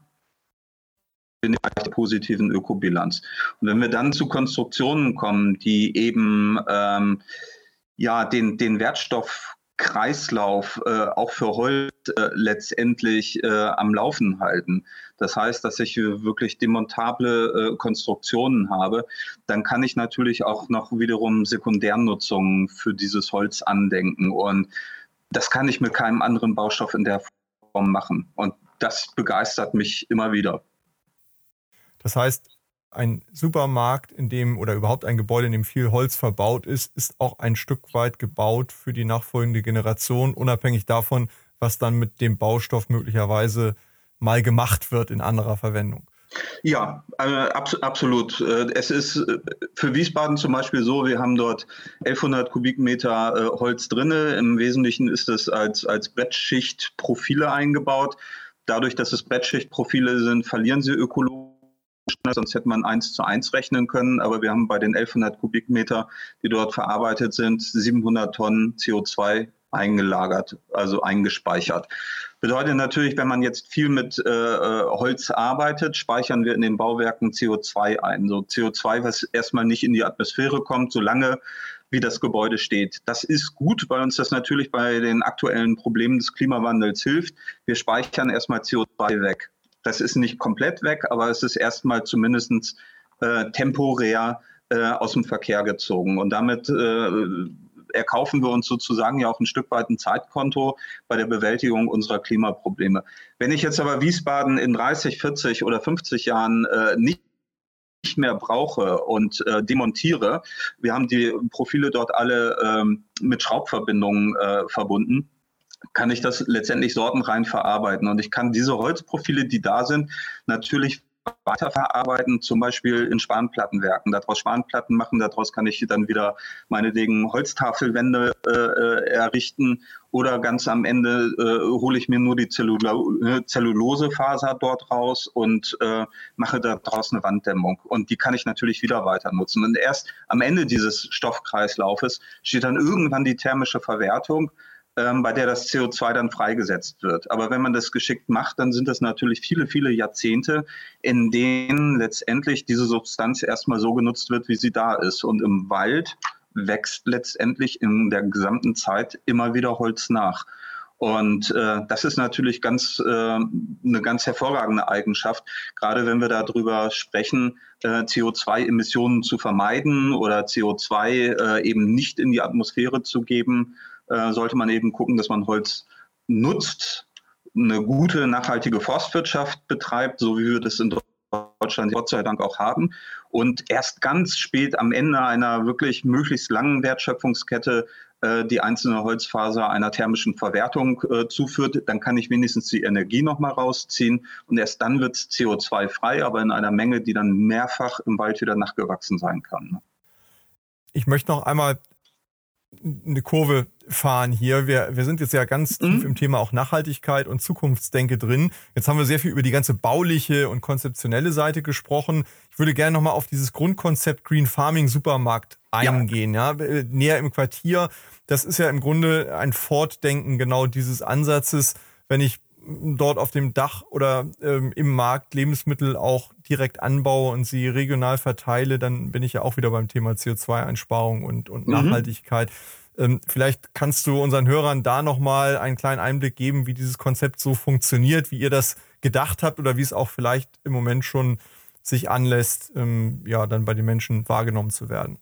in der positiven Ökobilanz. Und wenn wir dann zu Konstruktionen kommen, die eben ähm, ja, den, den Wertstoffkreislauf äh, auch für Holz äh, letztendlich äh, am Laufen halten. Das heißt, dass ich wirklich demontable äh, Konstruktionen habe, dann kann ich natürlich auch noch wiederum Sekundärnutzungen für dieses Holz andenken. Und das kann ich mit keinem anderen Baustoff in der Form machen. Und das begeistert mich immer wieder. Das heißt, ein Supermarkt, in dem oder überhaupt ein Gebäude, in dem viel Holz verbaut ist, ist auch ein Stück weit gebaut für die nachfolgende Generation, unabhängig davon, was dann mit dem Baustoff möglicherweise mal gemacht wird in anderer Verwendung. Ja, äh, abs- absolut. Es ist für Wiesbaden zum Beispiel so, wir haben dort elfhundert Kubikmeter äh, Holz drinne. Im Wesentlichen ist es als, als Brettschichtprofile eingebaut. Dadurch, dass es Brettschichtprofile sind, verlieren sie ökologisch. Sonst hätte man eins zu eins rechnen können, aber wir haben bei den elfhundert Kubikmeter, die dort verarbeitet sind, siebenhundert Tonnen C O zwei eingelagert, also eingespeichert. Bedeutet natürlich, wenn man jetzt viel mit äh, Holz arbeitet, speichern wir in den Bauwerken C O zwei ein. So C O zwei, was erstmal nicht in die Atmosphäre kommt, solange wie das Gebäude steht. Das ist gut, weil uns das natürlich bei den aktuellen Problemen des Klimawandels hilft. Wir speichern erstmal C O zwei weg. Das ist nicht komplett weg, aber es ist erstmal zumindest äh, temporär äh, aus dem Verkehr gezogen. Und damit äh, erkaufen wir uns sozusagen ja auch ein Stück weit ein Zeitkonto bei der Bewältigung unserer Klimaprobleme. Wenn ich jetzt aber Wiesbaden in dreißig, vierzig oder fünfzig Jahren äh, nicht nicht mehr brauche und äh, demontiere, wir haben die Profile dort alle ähm, mit Schraubverbindungen äh, verbunden, kann ich das letztendlich sortenrein verarbeiten. Und ich kann diese Holzprofile, die da sind, natürlich weiterverarbeiten, zum Beispiel in Spanplattenwerken. Daraus Spanplatten machen, daraus kann ich dann wieder meinetwegen Holztafelwände äh, errichten oder ganz am Ende äh, hole ich mir nur die Zellulo- Zellulosefaser dort raus und äh, mache daraus eine Wanddämmung. Und die kann ich natürlich wieder weiter nutzen. Und erst am Ende dieses Stoffkreislaufes steht dann irgendwann die thermische Verwertung, Ähm, bei der das C O zwei dann freigesetzt wird. Aber wenn man das geschickt macht, dann sind das natürlich viele, viele Jahrzehnte, in denen letztendlich diese Substanz erstmal so genutzt wird, wie sie da ist. Und im Wald wächst letztendlich in der gesamten Zeit immer wieder Holz nach. Und äh, das ist natürlich ganz äh, eine ganz hervorragende Eigenschaft, gerade wenn wir darüber sprechen, äh, C O zwei Emissionen zu vermeiden oder C O zwei äh, eben nicht in die Atmosphäre zu geben, sollte man eben gucken, dass man Holz nutzt, eine gute, nachhaltige Forstwirtschaft betreibt, so wie wir das in Deutschland Gott sei Dank auch haben. Und erst ganz spät am Ende einer wirklich möglichst langen Wertschöpfungskette äh, die einzelne Holzfaser einer thermischen Verwertung äh, zuführt. Dann kann ich wenigstens die Energie nochmal rausziehen. Und erst dann wird es C O zwei frei, aber in einer Menge, die dann mehrfach im Wald wieder nachgewachsen sein kann. Ich möchte noch einmal eine Kurve fahren hier. Wir, wir sind jetzt ja ganz tief mhm. im Thema auch Nachhaltigkeit und Zukunftsdenke drin. Jetzt haben wir sehr viel über die ganze bauliche und konzeptionelle Seite gesprochen. Ich würde gerne nochmal auf dieses Grundkonzept Green Farming Supermarkt eingehen. Ja. Ja, näher im Quartier. Das ist ja im Grunde ein Fortdenken genau dieses Ansatzes, wenn ich dort auf dem Dach oder ähm, im Markt Lebensmittel auch direkt anbaue und sie regional verteile, dann bin ich ja auch wieder beim Thema C O zwei Einsparung und, und mhm. Nachhaltigkeit. Ähm, vielleicht kannst du unseren Hörern da nochmal einen kleinen Einblick geben, wie dieses Konzept so funktioniert, wie ihr das gedacht habt oder wie es auch vielleicht im Moment schon sich anlässt, ähm, ja, dann bei den Menschen wahrgenommen zu werden.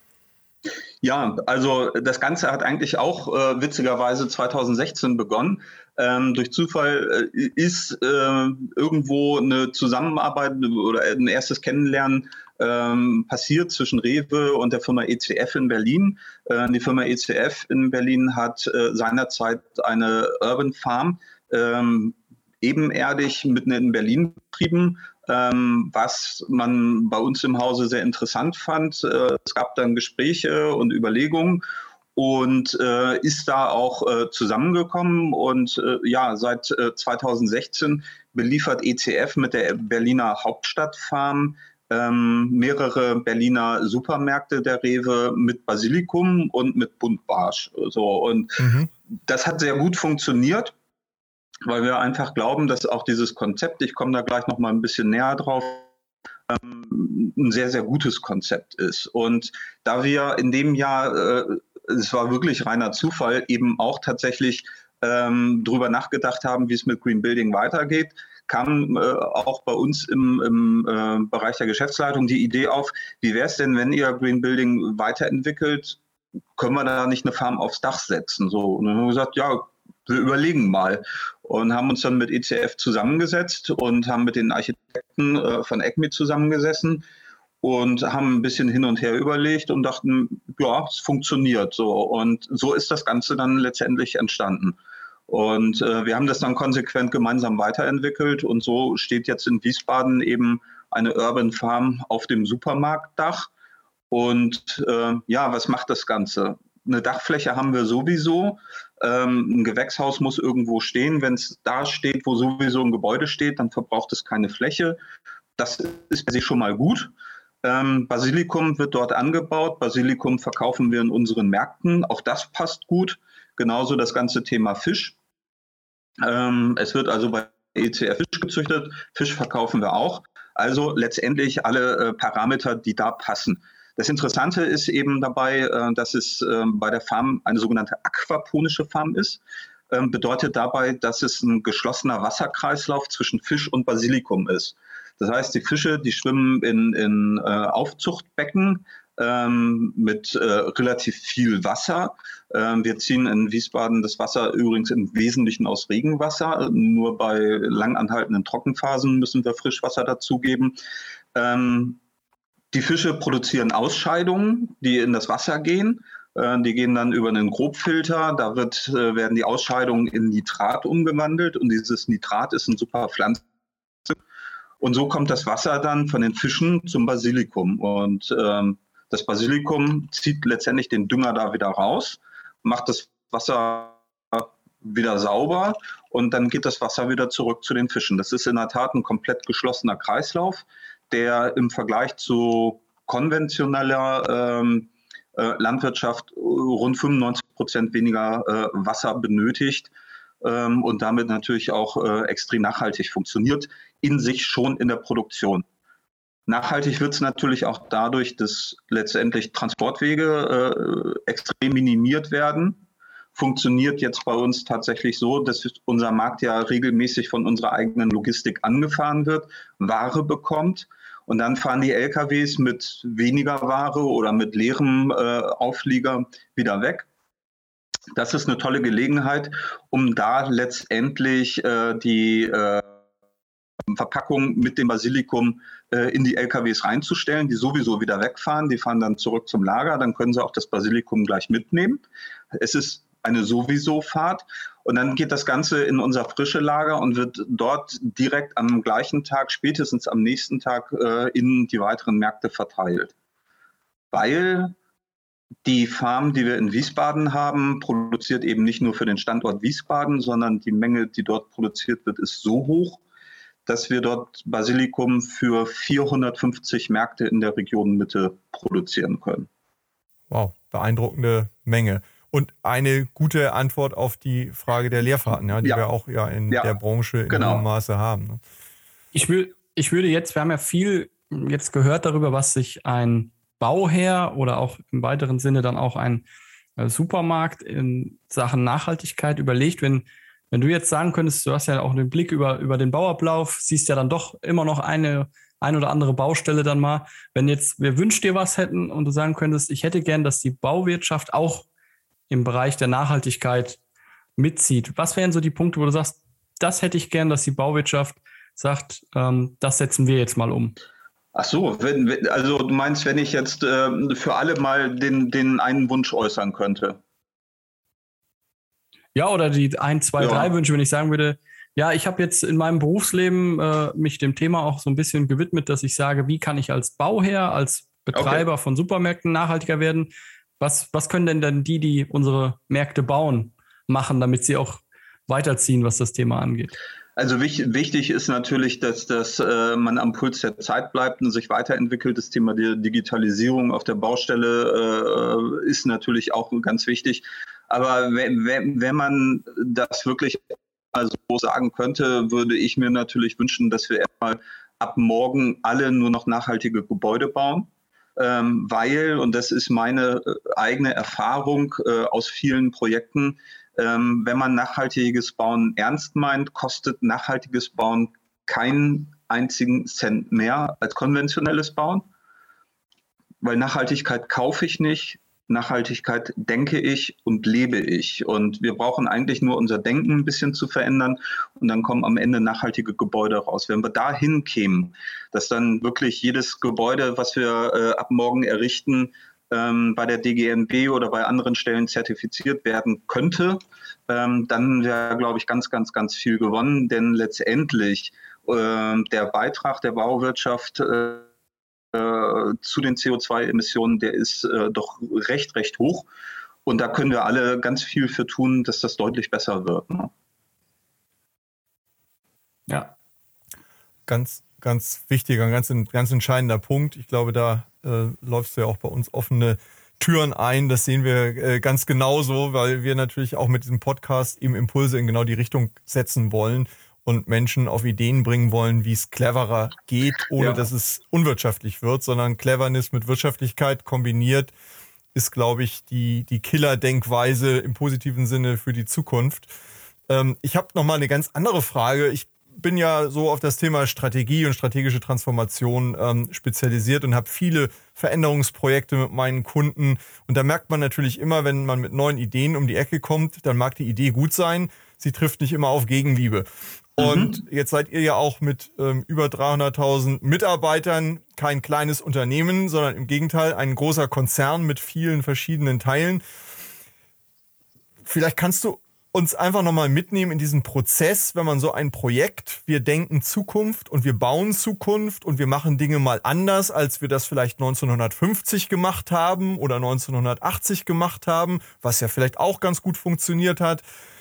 Ja, also das Ganze hat eigentlich auch äh, witzigerweise zweitausendsechzehn begonnen. Ähm, durch Zufall äh, ist äh, irgendwo eine Zusammenarbeit oder ein erstes Kennenlernen ähm, passiert zwischen Rewe und der Firma E C F in Berlin. Äh, die Firma E C F in Berlin hat äh, seinerzeit eine Urban Farm ähm, ebenerdig mitten in Berlin betrieben. Ähm, was man bei uns im Hause sehr interessant fand. Äh, es gab dann Gespräche und Überlegungen und äh, ist da auch äh, zusammengekommen. Und äh, ja, seit äh, zweitausendsechzehn beliefert E C F mit der Berliner Hauptstadtfarm ähm, mehrere Berliner Supermärkte der Rewe mit Basilikum und mit Buntbarsch. So, und mhm. das hat sehr gut funktioniert, weil wir einfach glauben, dass auch dieses Konzept, ich komme da gleich noch mal ein bisschen näher drauf, ähm, ein sehr, sehr gutes Konzept ist. Und da wir in dem Jahr, äh, es war wirklich reiner Zufall, eben auch tatsächlich ähm, drüber nachgedacht haben, wie es mit Green Building weitergeht, kam äh, auch bei uns im, im äh, Bereich der Geschäftsleitung die Idee auf, wie wäre es denn, wenn ihr Green Building weiterentwickelt, können wir da nicht eine Farm aufs Dach setzen? So, und dann haben wir gesagt, ja, wir überlegen mal und haben uns dann mit E C F zusammengesetzt und haben mit den Architekten äh, von E C M I zusammengesessen und haben ein bisschen hin und her überlegt und dachten, ja, es funktioniert so. Und so ist das Ganze dann letztendlich entstanden. Und äh, wir haben das dann konsequent gemeinsam weiterentwickelt und so steht jetzt in Wiesbaden eben eine Urban Farm auf dem Supermarktdach. Und äh, ja, was macht das Ganze? Eine Dachfläche haben wir sowieso. Ähm, ein Gewächshaus muss irgendwo stehen. Wenn es da steht, wo sowieso ein Gebäude steht, dann verbraucht es keine Fläche. Das ist per se schon mal gut. Ähm, Basilikum wird dort angebaut. Basilikum verkaufen wir in unseren Märkten. Auch das passt gut. Genauso das ganze Thema Fisch. Ähm, es wird also bei E C F Fisch gezüchtet. Fisch verkaufen wir auch. Also letztendlich alle äh, Parameter, die da passen. Das Interessante ist eben dabei, dass es bei der Farm eine sogenannte aquaponische Farm ist. Bedeutet dabei, dass es ein geschlossener Wasserkreislauf zwischen Fisch und Basilikum ist. Das heißt, die Fische, die schwimmen in, in Aufzuchtbecken, ähm, mit äh, relativ viel Wasser. Ähm, wir ziehen in Wiesbaden das Wasser übrigens im Wesentlichen aus Regenwasser. Nur bei lang anhaltenden Trockenphasen müssen wir Frischwasser dazugeben. Ähm, die Fische produzieren Ausscheidungen, die in das Wasser gehen. Äh, die gehen dann über einen Grobfilter. Da wird, äh, werden die Ausscheidungen in Nitrat umgewandelt. Und dieses Nitrat ist ein super Pflanzen. Und so kommt das Wasser dann von den Fischen zum Basilikum. Und ähm, das Basilikum zieht letztendlich den Dünger da wieder raus, macht das Wasser wieder sauber und dann geht das Wasser wieder zurück zu den Fischen. Das ist in der Tat ein komplett geschlossener Kreislauf, der im Vergleich zu konventioneller ähm, äh, Landwirtschaft rund fünfundneunzig Prozent weniger äh, Wasser benötigt ähm, und damit natürlich auch äh, extrem nachhaltig funktioniert, in sich schon in der Produktion. Nachhaltig wird es natürlich auch dadurch, dass letztendlich Transportwege äh, extrem minimiert werden. Funktioniert jetzt bei uns tatsächlich so, dass unser Markt ja regelmäßig von unserer eigenen Logistik angefahren wird, Ware bekommt und dann fahren die L K Ws mit weniger Ware oder mit leerem äh, Auflieger wieder weg. Das ist eine tolle Gelegenheit, um da letztendlich äh, die äh, Verpackung mit dem Basilikum äh, in die L K Ws reinzustellen, die sowieso wieder wegfahren. Die fahren dann zurück zum Lager, dann können sie auch das Basilikum gleich mitnehmen. Es ist eine Sowieso-Fahrt und dann geht das Ganze in unser frische Lager und wird dort direkt am gleichen Tag, spätestens am nächsten Tag äh, in die weiteren Märkte verteilt. Weil die Farm, die wir in Wiesbaden haben, produziert eben nicht nur für den Standort Wiesbaden, sondern die Menge, die dort produziert wird, ist so hoch, dass wir dort Basilikum für vierhundertfünfzig Märkte in der Region Mitte produzieren können. Wow, beeindruckende Menge. Und eine gute Antwort auf die Frage der Leerfahrten, ja, die ja. wir auch ja in ja. der Branche in genau. hohem Maße haben. Ne? Ich, will, ich würde jetzt, wir haben ja viel jetzt gehört darüber, was sich ein Bauherr oder auch im weiteren Sinne dann auch ein äh, Supermarkt in Sachen Nachhaltigkeit überlegt. Wenn, wenn du jetzt sagen könntest, du hast ja auch den Blick über, über den Bauablauf, siehst ja dann doch immer noch eine ein oder andere Baustelle dann mal. Wenn jetzt wir Wünsch dir was hätten und du sagen könntest, ich hätte gern, dass die Bauwirtschaft auch im Bereich der Nachhaltigkeit mitzieht. Was wären so die Punkte, wo du sagst, das hätte ich gern, dass die Bauwirtschaft sagt, ähm, das setzen wir jetzt mal um? Ach so, wenn, wenn, also du meinst, wenn ich jetzt äh, für alle mal den, den einen Wunsch äußern könnte? Ja, oder die ein, zwei, ja. drei Wünsche, wenn ich sagen würde, ja, ich habe jetzt in meinem Berufsleben äh, mich dem Thema auch so ein bisschen gewidmet, dass ich sage, wie kann ich als Bauherr, als Betreiber okay. von Supermärkten nachhaltiger werden? Was, was können denn dann die, die unsere Märkte bauen, machen, damit sie auch weiterziehen, was das Thema angeht? Also wichtig, wichtig ist natürlich, dass, dass äh, man am Puls der Zeit bleibt und sich weiterentwickelt. Das Thema der Digitalisierung auf der Baustelle äh, ist natürlich auch ganz wichtig. Aber wenn, wenn, wenn man das wirklich also sagen könnte, würde ich mir natürlich wünschen, dass wir erstmal ab morgen alle nur noch nachhaltige Gebäude bauen. Ähm, weil, und das ist meine äh, eigene Erfahrung äh, aus vielen Projekten, ähm, wenn man nachhaltiges Bauen ernst meint, kostet nachhaltiges Bauen keinen einzigen Cent mehr als konventionelles Bauen. Weil Nachhaltigkeit kaufe ich nicht, Nachhaltigkeit denke ich und lebe ich. Und wir brauchen eigentlich nur unser Denken ein bisschen zu verändern und dann kommen am Ende nachhaltige Gebäude raus. Wenn wir dahin kämen, dass dann wirklich jedes Gebäude, was wir äh, ab morgen errichten, ähm, bei der D G N B oder bei anderen Stellen zertifiziert werden könnte, ähm, dann wäre, glaube ich, ganz, ganz, ganz viel gewonnen. Denn letztendlich äh, der Beitrag der Bauwirtschaft äh, zu den C O zwei Emissionen, der ist äh, doch recht, recht hoch. Und da können wir alle ganz viel für tun, dass das deutlich besser wird. Ne? Ja. Ganz, ganz wichtiger, ganz, ganz entscheidender Punkt. Ich glaube, da äh, läufst du ja auch bei uns offene Türen ein. Das sehen wir äh, ganz genauso, weil wir natürlich auch mit diesem Podcast eben Impulse in genau die Richtung setzen wollen und Menschen auf Ideen bringen wollen, wie es cleverer geht, ohne ja. dass es unwirtschaftlich wird, sondern Cleverness mit Wirtschaftlichkeit kombiniert ist, glaube ich, die, die Killer-Denkweise im positiven Sinne für die Zukunft. Ähm, ich habe noch mal eine ganz andere Frage. Ich bin ja so auf das Thema Strategie und strategische Transformation ähm, spezialisiert und habe viele Veränderungsprojekte mit meinen Kunden. Und da merkt man natürlich immer, wenn man mit neuen Ideen um die Ecke kommt, dann mag die Idee gut sein, sie trifft nicht immer auf Gegenliebe. Und mhm. jetzt seid ihr ja auch mit ähm, über dreihunderttausend Mitarbeitern kein kleines Unternehmen, sondern im Gegenteil ein großer Konzern mit vielen verschiedenen Teilen. Vielleicht kannst du uns einfach nochmal mitnehmen in diesen Prozess, wenn man so ein Projekt, wir denken Zukunft und wir bauen Zukunft und wir machen Dinge mal anders, als wir das vielleicht neunzehnhundertfünfzig gemacht haben oder neunzehnhundertachtzig gemacht haben, was ja vielleicht auch ganz gut funktioniert hat.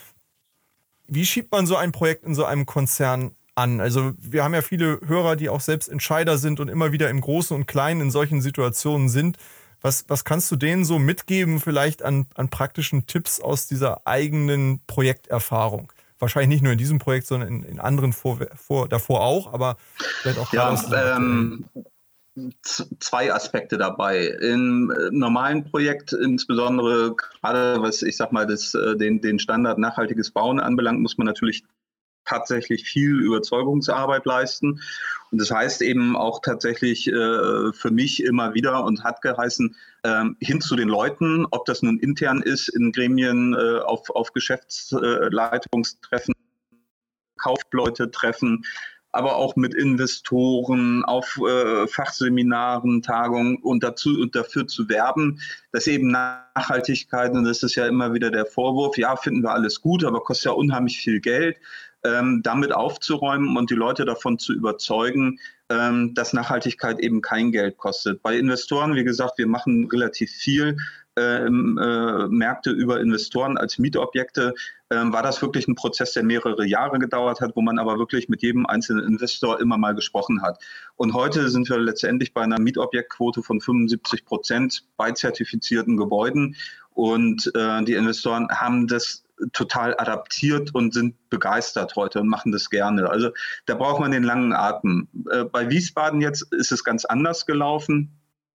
Wie schiebt man so ein Projekt in so einem Konzern an? Also wir haben ja viele Hörer, die auch selbst Entscheider sind und immer wieder im Großen und Kleinen in solchen Situationen sind. Was, was kannst du denen so mitgeben, vielleicht an, an praktischen Tipps aus dieser eigenen Projekterfahrung? Wahrscheinlich nicht nur in diesem Projekt, sondern in, in anderen vor, vor, davor auch, aber vielleicht auch ja, gerade aus dem ähm, zwei Aspekte dabei. Im normalen Projekt, insbesondere gerade was ich sag mal, das, den, den Standard nachhaltiges Bauen anbelangt, muss man natürlich tatsächlich viel Überzeugungsarbeit leisten. Und das heißt eben auch tatsächlich äh, für mich immer wieder und hat geheißen, äh, hin zu den Leuten, ob das nun intern ist, in Gremien, äh, auf, auf Geschäftsleitungstreffen, Kaufleute treffen, aber auch mit Investoren, auf äh, Fachseminaren, Tagungen und dazu und dafür zu werben, dass eben Nachhaltigkeit, und das ist ja immer wieder der Vorwurf, ja, finden wir alles gut, aber kostet ja unheimlich viel Geld, ähm, damit aufzuräumen und die Leute davon zu überzeugen, ähm, dass Nachhaltigkeit eben kein Geld kostet. Bei Investoren, wie gesagt, wir machen relativ viel ähm, äh, Märkte über Investoren als Mietobjekte, ähm, war das wirklich ein Prozess, der mehrere Jahre gedauert hat, wo man aber wirklich mit jedem einzelnen Investor immer mal gesprochen hat. Und heute sind wir letztendlich bei einer Mietobjektquote von fünfundsiebzig Prozent bei zertifizierten Gebäuden. Und äh, die Investoren haben das total adaptiert und sind begeistert heute und machen das gerne. Also da braucht man den langen Atem. Äh, bei Wiesbaden jetzt ist es ganz anders gelaufen.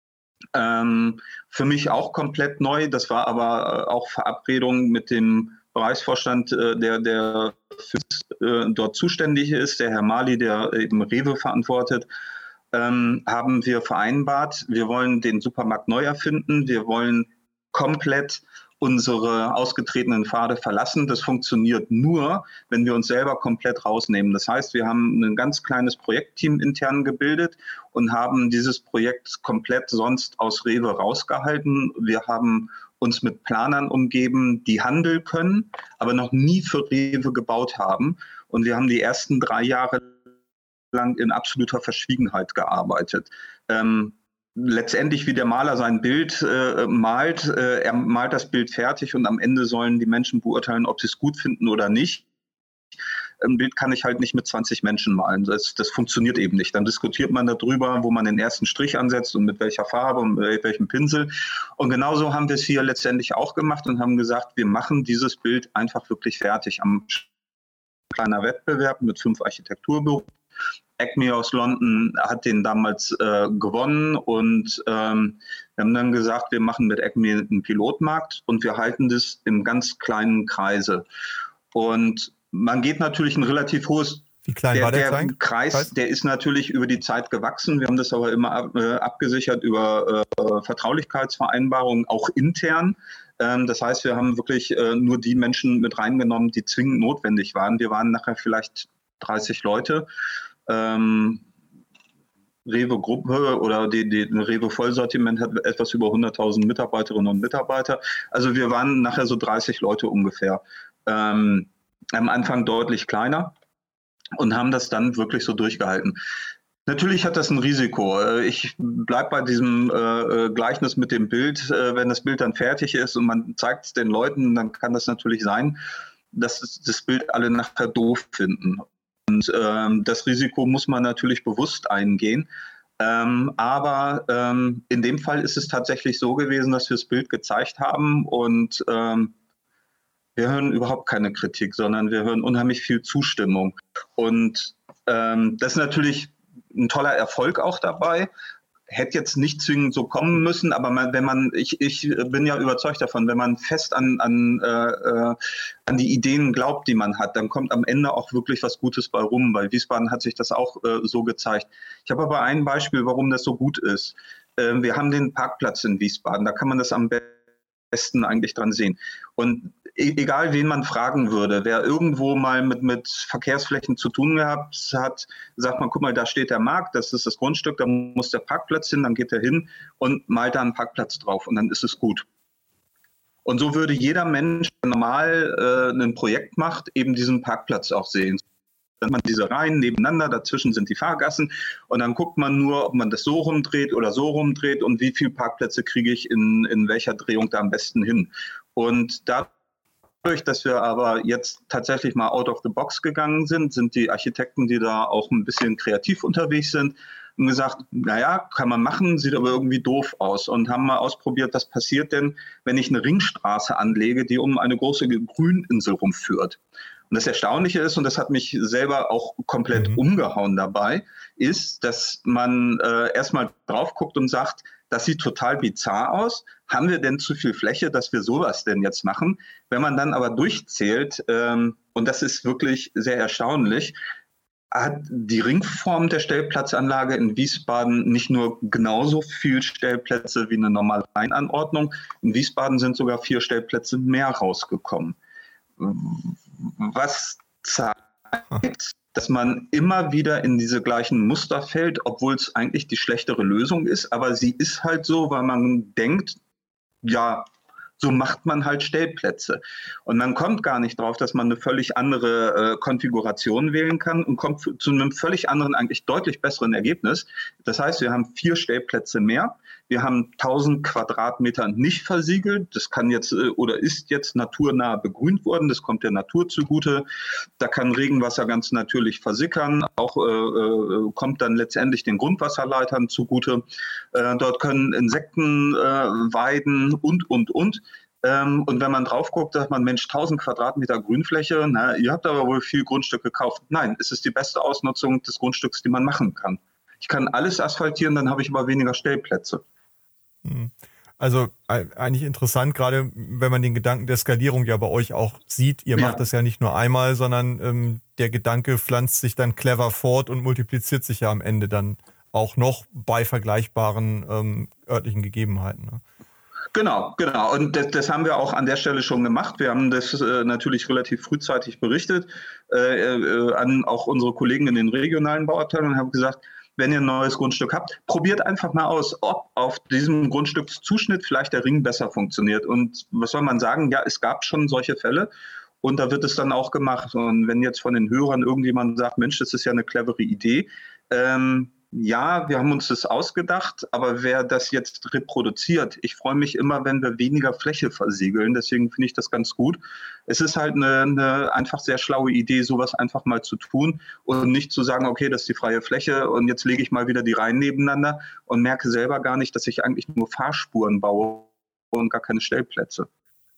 Ähm, für mich auch komplett neu. Das war aber auch Verabredung mit dem Bereichsvorstand, äh, der, der für, äh, dort zuständig ist, der Herr Mali, der eben Rewe verantwortet, ähm, haben wir vereinbart, wir wollen den Supermarkt neu erfinden, wir wollen komplett unsere ausgetretenen Pfade verlassen. Das funktioniert nur, wenn wir uns selber komplett rausnehmen. Das heißt, wir haben ein ganz kleines Projektteam intern gebildet und haben dieses Projekt komplett sonst aus Rewe rausgehalten. Wir haben uns mit Planern umgeben, die handeln können, aber noch nie für Rewe gebaut haben. Und wir haben die ersten drei Jahre lang in absoluter Verschwiegenheit gearbeitet. Ähm, Letztendlich, wie der Maler sein Bild äh, malt, äh, er malt das Bild fertig und am Ende sollen die Menschen beurteilen, ob sie es gut finden oder nicht. Ein Bild kann ich halt nicht mit zwanzig Menschen malen. Das, das funktioniert eben nicht. Dann diskutiert man darüber, wo man den ersten Strich ansetzt und mit welcher Farbe und mit welchem Pinsel. Und genauso haben wir es hier letztendlich auch gemacht und haben gesagt, wir machen dieses Bild einfach wirklich fertig. Am kleiner Wettbewerb mit fünf Architekturbüros. Acme aus London hat den damals äh, gewonnen und ähm, wir haben dann gesagt, wir machen mit Acme einen Pilotmarkt und wir halten das im ganz kleinen Kreise. Und man geht natürlich ein relativ hohes... Wie klein der, war der, der Kreis? Kreis? Der ist natürlich über die Zeit gewachsen. Wir haben das aber immer ab, äh, abgesichert über äh, Vertraulichkeitsvereinbarungen, auch intern. Ähm, das heißt, wir haben wirklich äh, nur die Menschen mit reingenommen, die zwingend notwendig waren. Wir waren nachher vielleicht dreißig Leute. Ähm, Rewe-Gruppe oder die, die Rewe-Vollsortiment hat etwas über hunderttausend Mitarbeiterinnen und Mitarbeiter. Also wir waren nachher so dreißig Leute ungefähr. Ähm, am Anfang deutlich kleiner und haben das dann wirklich so durchgehalten. Natürlich hat das ein Risiko. Ich bleibe bei diesem äh, Gleichnis mit dem Bild. Äh, wenn das Bild dann fertig ist und man zeigt es den Leuten, dann kann das natürlich sein, dass das Bild alle nachher doof finden. Und ähm, das Risiko muss man natürlich bewusst eingehen. Ähm, aber ähm, in dem Fall ist es tatsächlich so gewesen, dass wir das Bild gezeigt haben und ähm, wir hören überhaupt keine Kritik, sondern wir hören unheimlich viel Zustimmung. Und ähm, das ist natürlich ein toller Erfolg auch dabei. hätte jetzt nicht zwingend so kommen müssen, aber man, wenn man, ich, ich bin ja überzeugt davon, wenn man fest an, an, äh, an die Ideen glaubt, die man hat, dann kommt am Ende auch wirklich was Gutes bei rum. Bei Wiesbaden hat sich das auch äh, so gezeigt. Ich habe aber ein Beispiel, warum das so gut ist. Äh, wir haben den Parkplatz in Wiesbaden, da kann man das am besten eigentlich dran sehen. Und egal, wen man fragen würde, wer irgendwo mal mit, mit Verkehrsflächen zu tun gehabt hat, sagt man, guck mal, da steht der Markt, das ist das Grundstück, da muss der Parkplatz hin, dann geht er hin und malt da einen Parkplatz drauf und dann ist es gut. Und so würde jeder Mensch, der normal äh, ein Projekt macht, eben diesen Parkplatz auch sehen. Dann hat man diese Reihen nebeneinander, dazwischen sind die Fahrgassen und dann guckt man nur, ob man das so rumdreht oder so rumdreht und wie viele Parkplätze kriege ich in, in welcher Drehung da am besten hin. Und da Dadurch, dass wir aber jetzt tatsächlich mal out of the box gegangen sind, sind die Architekten, die da auch ein bisschen kreativ unterwegs sind, und gesagt, naja, kann man machen, sieht aber irgendwie doof aus und haben mal ausprobiert, was passiert denn, wenn ich eine Ringstraße anlege, die um eine große Grüninsel rumführt. Und das Erstaunliche ist, und das hat mich selber auch komplett mhm. umgehauen dabei, ist, dass man äh, erstmal drauf guckt und sagt, das sieht total bizarr aus. Haben wir denn zu viel Fläche, dass wir sowas denn jetzt machen? Wenn man dann aber durchzählt, ähm, und das ist wirklich sehr erstaunlich, hat die Ringform der Stellplatzanlage in Wiesbaden nicht nur genauso viel Stellplätze wie eine normale Reihenanordnung. In Wiesbaden sind sogar vier Stellplätze mehr rausgekommen. Was zeigt, dass man immer wieder in diese gleichen Muster fällt, obwohl es eigentlich die schlechtere Lösung ist. Aber sie ist halt so, weil man denkt, ja, so macht man halt Stellplätze. Und man kommt gar nicht drauf, dass man eine völlig andere äh, Konfiguration wählen kann und kommt zu einem völlig anderen, eigentlich deutlich besseren Ergebnis. Das heißt, wir haben vier Stellplätze mehr. Wir haben tausend Quadratmeter nicht versiegelt. Das kann jetzt äh, oder ist jetzt naturnah begrünt worden. Das kommt der Natur zugute. Da kann Regenwasser ganz natürlich versickern. Auch äh, äh, kommt dann letztendlich den Grundwasserleitern zugute. Äh, dort können Insekten äh, weiden und, und, und. Ähm, und wenn man drauf guckt, sagt man, Mensch, tausend Quadratmeter Grünfläche, na, ihr habt aber wohl viel Grundstück gekauft. Nein, es ist die beste Ausnutzung des Grundstücks, die man machen kann. Ich kann alles asphaltieren, dann habe ich aber weniger Stellplätze. Also eigentlich interessant, gerade wenn man den Gedanken der Skalierung ja bei euch auch sieht. Ihr macht ja. das ja nicht nur einmal, sondern ähm, der Gedanke pflanzt sich dann clever fort und multipliziert sich ja am Ende dann auch noch bei vergleichbaren ähm, örtlichen Gegebenheiten. Ne? Genau, genau. Und das, das haben wir auch an der Stelle schon gemacht. Wir haben das äh, natürlich relativ frühzeitig berichtet äh, äh, an auch unsere Kollegen in den regionalen Bauabteilungen und haben gesagt, wenn ihr ein neues Grundstück habt, probiert einfach mal aus, ob auf diesem Grundstückszuschnitt vielleicht der Ring besser funktioniert. Und was soll man sagen? Ja, es gab schon solche Fälle und da wird es dann auch gemacht. Und wenn jetzt von den Hörern irgendjemand sagt, Mensch, das ist ja eine clevere Idee, ähm, ja, wir haben uns das ausgedacht, aber wer das jetzt reproduziert, ich freue mich immer, wenn wir weniger Fläche versiegeln, deswegen finde ich das ganz gut. Es ist halt eine, eine einfach sehr schlaue Idee, sowas einfach mal zu tun und nicht zu sagen, okay, das ist die freie Fläche und jetzt lege ich mal wieder die Reihen nebeneinander und merke selber gar nicht, dass ich eigentlich nur Fahrspuren baue und gar keine Stellplätze.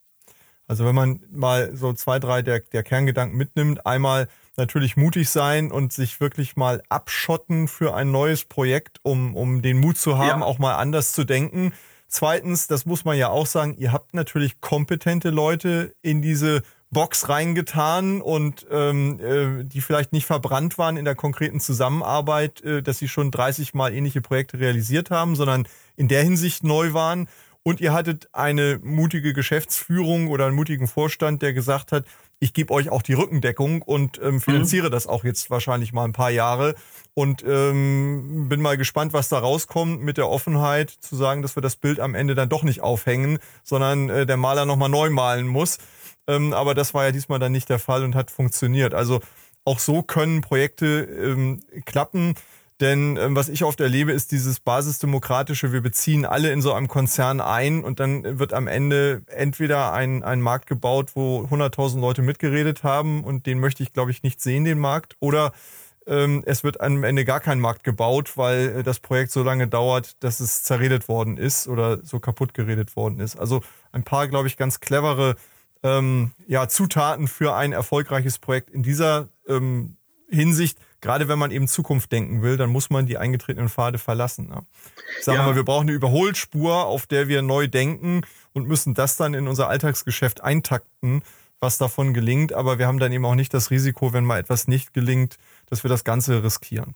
Also wenn man mal so zwei, drei der, der Kerngedanken mitnimmt, einmal natürlich mutig sein und sich wirklich mal abschotten für ein neues Projekt, um, um den Mut zu haben, ja. auch mal anders zu denken. Zweitens, das muss man ja auch sagen, ihr habt natürlich kompetente Leute in diese Box reingetan und ähm, äh, die vielleicht nicht verbrannt waren in der konkreten Zusammenarbeit, äh, dass sie schon dreißig Mal ähnliche Projekte realisiert haben, sondern in der Hinsicht neu waren. Und ihr hattet eine mutige Geschäftsführung oder einen mutigen Vorstand, der gesagt hat, ich gebe euch auch die Rückendeckung und ähm, finanziere mhm. das auch jetzt wahrscheinlich mal ein paar Jahre und ähm, bin mal gespannt, was da rauskommt mit der Offenheit zu sagen, dass wir das Bild am Ende dann doch nicht aufhängen, sondern äh, der Maler nochmal neu malen muss. Ähm, aber das war ja diesmal dann nicht der Fall und hat funktioniert. Also auch so können Projekte ähm, klappen. Denn ähm, was ich oft erlebe, ist dieses basisdemokratische, wir beziehen alle in so einem Konzern ein und dann wird am Ende entweder ein, ein Markt gebaut, wo hunderttausend Leute mitgeredet haben und den möchte ich, glaube ich, nicht sehen, den Markt. Oder ähm, es wird am Ende gar kein Markt gebaut, weil äh, das Projekt so lange dauert, dass es zerredet worden ist oder so kaputt geredet worden ist. Also ein paar, glaube ich, ganz clevere ähm, ja, Zutaten für ein erfolgreiches Projekt in dieser ähm, Hinsicht gerade wenn man eben Zukunft denken will, dann muss man die eingetretenen Pfade verlassen. Ne? Ich sage Ja. mal, wir brauchen eine Überholspur, auf der wir neu denken und müssen das dann in unser Alltagsgeschäft eintakten, was davon gelingt. Aber wir haben dann eben auch nicht das Risiko, wenn mal etwas nicht gelingt, dass wir das Ganze riskieren.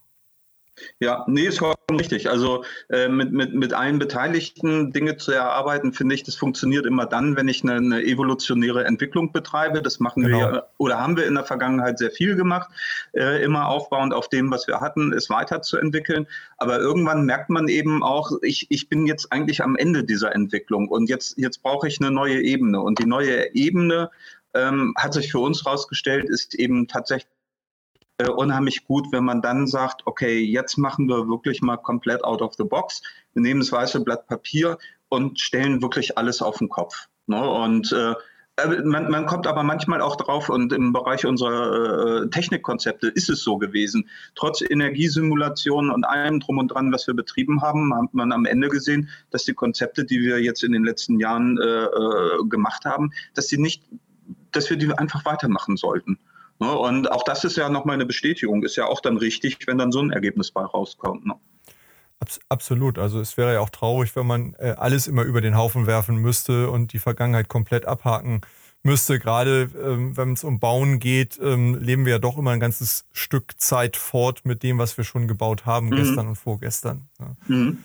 Ja, nee, ist vollkommen richtig. Also äh, mit, mit, mit allen Beteiligten Dinge zu erarbeiten, finde ich, das funktioniert immer dann, wenn ich eine, eine evolutionäre Entwicklung betreibe. Das machen Genau. wir ja, oder haben wir in der Vergangenheit sehr viel gemacht, äh, immer aufbauend auf dem, was wir hatten, es weiterzuentwickeln. Aber irgendwann merkt man eben auch, ich, ich bin jetzt eigentlich am Ende dieser Entwicklung und jetzt, jetzt brauche ich eine neue Ebene. Und die neue Ebene ähm, hat sich für uns herausgestellt, ist eben tatsächlich Äh, unheimlich gut, wenn man dann sagt, okay, jetzt machen wir wirklich mal komplett out of the box. Wir nehmen das weiße Blatt Papier und stellen wirklich alles auf den Kopf. Ne? Und äh, man, man kommt aber manchmal auch drauf, und im Bereich unserer äh, Technikkonzepte ist es so gewesen. Trotz Energiesimulationen und allem drum und dran, was wir betrieben haben, hat man am Ende gesehen, dass die Konzepte, die wir jetzt in den letzten Jahren äh, äh, gemacht haben, dass die nicht, dass wir die einfach weitermachen sollten. Ne? Und auch das ist ja nochmal eine Bestätigung, ist ja auch dann richtig, wenn dann so ein Ergebnis bei rauskommt. Ne? Abs- Absolut. Also es wäre ja auch traurig, wenn man äh, alles immer über den Haufen werfen müsste und die Vergangenheit komplett abhaken müsste. Gerade ähm, wenn es um Bauen geht, ähm, leben wir ja doch immer ein ganzes Stück Zeit fort mit dem, was wir schon gebaut haben, mhm. gestern und vorgestern. Ja. Mhm.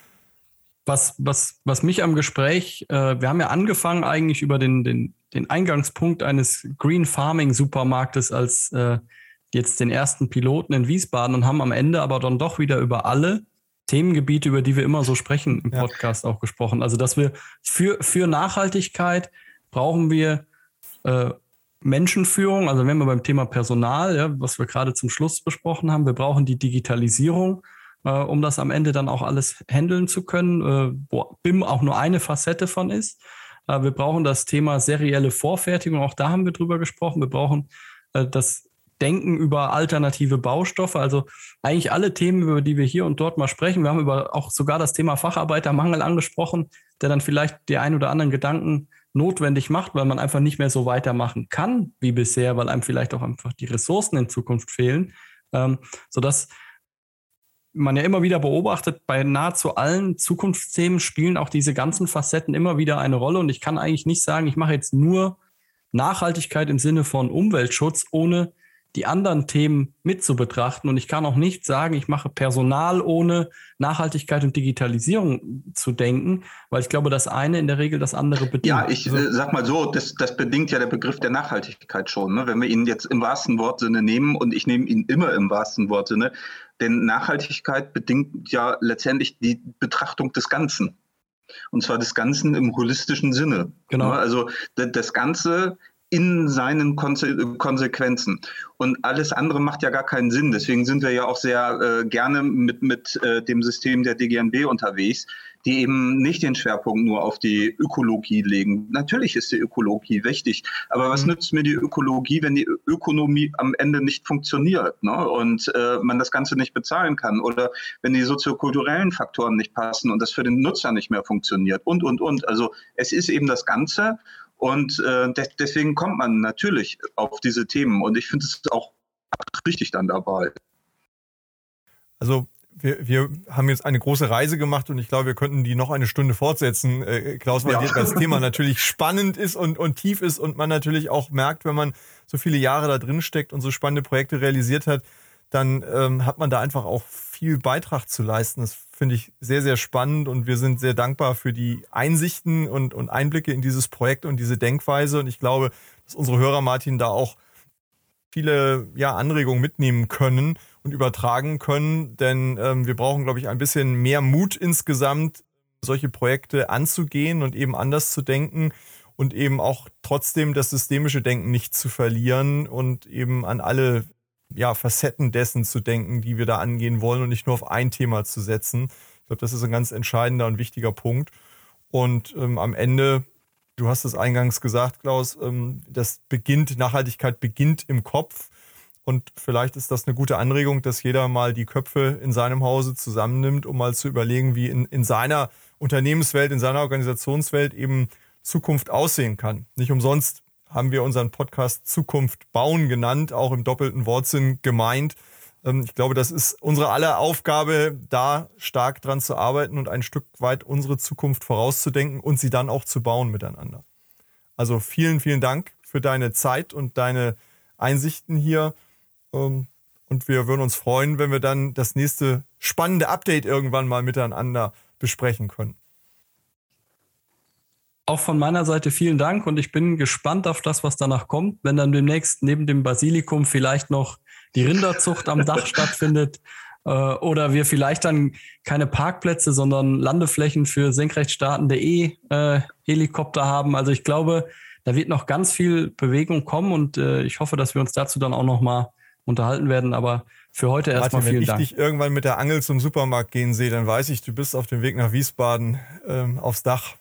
Was, was, was mich am Gespräch, äh, wir haben ja angefangen eigentlich über den, den, den Eingangspunkt eines Green Farming Supermarktes als äh, jetzt den ersten Piloten in Wiesbaden und haben am Ende aber dann doch wieder über alle Themengebiete, über die wir immer so sprechen im Podcast ja. auch gesprochen. Also dass wir für, für Nachhaltigkeit brauchen wir äh, Menschenführung, also wenn wir beim Thema Personal, ja, was wir gerade zum Schluss besprochen haben, wir brauchen die Digitalisierung, äh, um das am Ende dann auch alles handeln zu können, äh, wo B I M auch nur eine Facette von ist. Äh, wir brauchen das Thema serielle Vorfertigung, auch da haben wir drüber gesprochen. Wir brauchen äh, das Denken über alternative Baustoffe, also eigentlich alle Themen, über die wir hier und dort mal sprechen. Wir haben über auch sogar das Thema Facharbeitermangel angesprochen, der dann vielleicht die ein oder anderen Gedanken notwendig macht, weil man einfach nicht mehr so weitermachen kann wie bisher, weil einem vielleicht auch einfach die Ressourcen in Zukunft fehlen, ähm, sodass man ja immer wieder beobachtet, bei nahezu allen Zukunftsthemen spielen auch diese ganzen Facetten immer wieder eine Rolle. Und ich kann eigentlich nicht sagen, ich mache jetzt nur Nachhaltigkeit im Sinne von Umweltschutz, ohne die anderen Themen mit zu betrachten. Und ich kann auch nicht sagen, ich mache Personal, ohne Nachhaltigkeit und Digitalisierung zu denken, weil ich glaube, das eine in der Regel das andere bedingt. Ja, ich äh, sag mal so, das, das bedingt ja der Begriff der Nachhaltigkeit schon. Ne? Wenn wir ihn jetzt im wahrsten Wortsinne nehmen, und ich nehme ihn immer im wahrsten Wortsinne, denn Nachhaltigkeit bedingt ja letztendlich die Betrachtung des Ganzen. Und zwar des Ganzen im holistischen Sinne. Genau. Ne? Also das Ganze in seinen Konse- Konsequenzen. Und alles andere macht ja gar keinen Sinn. Deswegen sind wir ja auch sehr äh, gerne mit, mit äh, dem System der D G N B unterwegs, die eben nicht den Schwerpunkt nur auf die Ökologie legen. Natürlich ist die Ökologie wichtig, aber was mhm. nützt mir die Ökologie, wenn die Ökonomie am Ende nicht funktioniert, ne? Und äh, man das Ganze nicht bezahlen kann, oder wenn die soziokulturellen Faktoren nicht passen und das für den Nutzer nicht mehr funktioniert und, und, und. Also es ist eben das Ganze. Und äh, de- deswegen kommt man natürlich auf diese Themen. Und ich finde es auch richtig dann dabei. Also wir, wir haben jetzt eine große Reise gemacht und ich glaube, wir könnten die noch eine Stunde fortsetzen, äh, Klaus, weil ja. das Thema natürlich spannend ist und, und tief ist und man natürlich auch merkt, wenn man so viele Jahre da drin steckt und so spannende Projekte realisiert hat, dann ähm, hat man da einfach auch viel Beitrag zu leisten. Das finde ich sehr, sehr spannend und wir sind sehr dankbar für die Einsichten und, und Einblicke in dieses Projekt und diese Denkweise. Und ich glaube, dass unsere Hörer, Martin, da auch viele ja, Anregungen mitnehmen können und übertragen können. Denn ähm, wir brauchen, glaube ich, ein bisschen mehr Mut insgesamt, solche Projekte anzugehen und eben anders zu denken und eben auch trotzdem das systemische Denken nicht zu verlieren und eben an alle ja, Facetten dessen zu denken, die wir da angehen wollen und nicht nur auf ein Thema zu setzen. Ich glaube, das ist ein ganz entscheidender und wichtiger Punkt. Und ähm, am Ende, du hast es eingangs gesagt, Klaus, ähm, das beginnt, Nachhaltigkeit beginnt im Kopf. Und vielleicht ist das eine gute Anregung, dass jeder mal die Köpfe in seinem Hause zusammennimmt, um mal zu überlegen, wie in, in seiner Unternehmenswelt, in seiner Organisationswelt eben Zukunft aussehen kann. Nicht umsonst haben wir unseren Podcast Zukunft bauen genannt, auch im doppelten Wortsinn gemeint, Ich glaube, das ist unsere aller Aufgabe, da stark dran zu arbeiten und ein Stück weit unsere Zukunft vorauszudenken und sie dann auch zu bauen miteinander. Also vielen, vielen Dank für deine Zeit und deine Einsichten hier. Und wir würden uns freuen, wenn wir dann das nächste spannende Update irgendwann mal miteinander besprechen können. Auch von meiner Seite vielen Dank und ich bin gespannt auf das, was danach kommt, wenn dann demnächst neben dem Basilikum vielleicht noch die Rinderzucht am Dach stattfindet äh, oder wir vielleicht dann keine Parkplätze, sondern Landeflächen für senkrecht startende E-Helikopter haben. Also ich glaube, da wird noch ganz viel Bewegung kommen und äh, ich hoffe, dass wir uns dazu dann auch noch mal unterhalten werden. Aber für heute erstmal vielen Dank. Wenn ich dich irgendwann mit der Angel zum Supermarkt gehen sehe, dann weiß ich, du bist auf dem Weg nach Wiesbaden ähm, aufs Dach.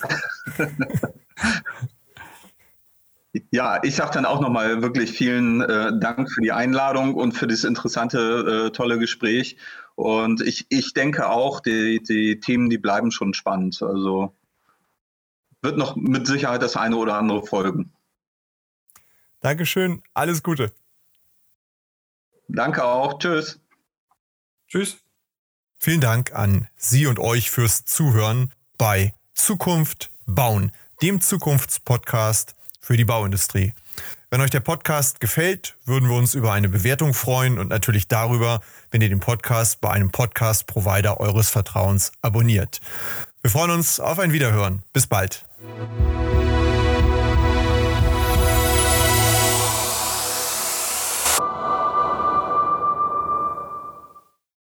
Ja, ich sage dann auch nochmal wirklich vielen äh, Dank für die Einladung und für das interessante, äh, tolle Gespräch. Und ich, ich denke auch, die, die Themen, die bleiben schon spannend. Also wird noch mit Sicherheit das eine oder andere folgen. Dankeschön, alles Gute. Danke auch, tschüss. Tschüss. Vielen Dank an Sie und euch fürs Zuhören bei Zukunft bauen, dem Zukunftspodcast für die Bauindustrie. Wenn euch der Podcast gefällt, würden wir uns über eine Bewertung freuen und natürlich darüber, wenn ihr den Podcast bei einem Podcast-Provider eures Vertrauens abonniert. Wir freuen uns auf ein Wiederhören. Bis bald.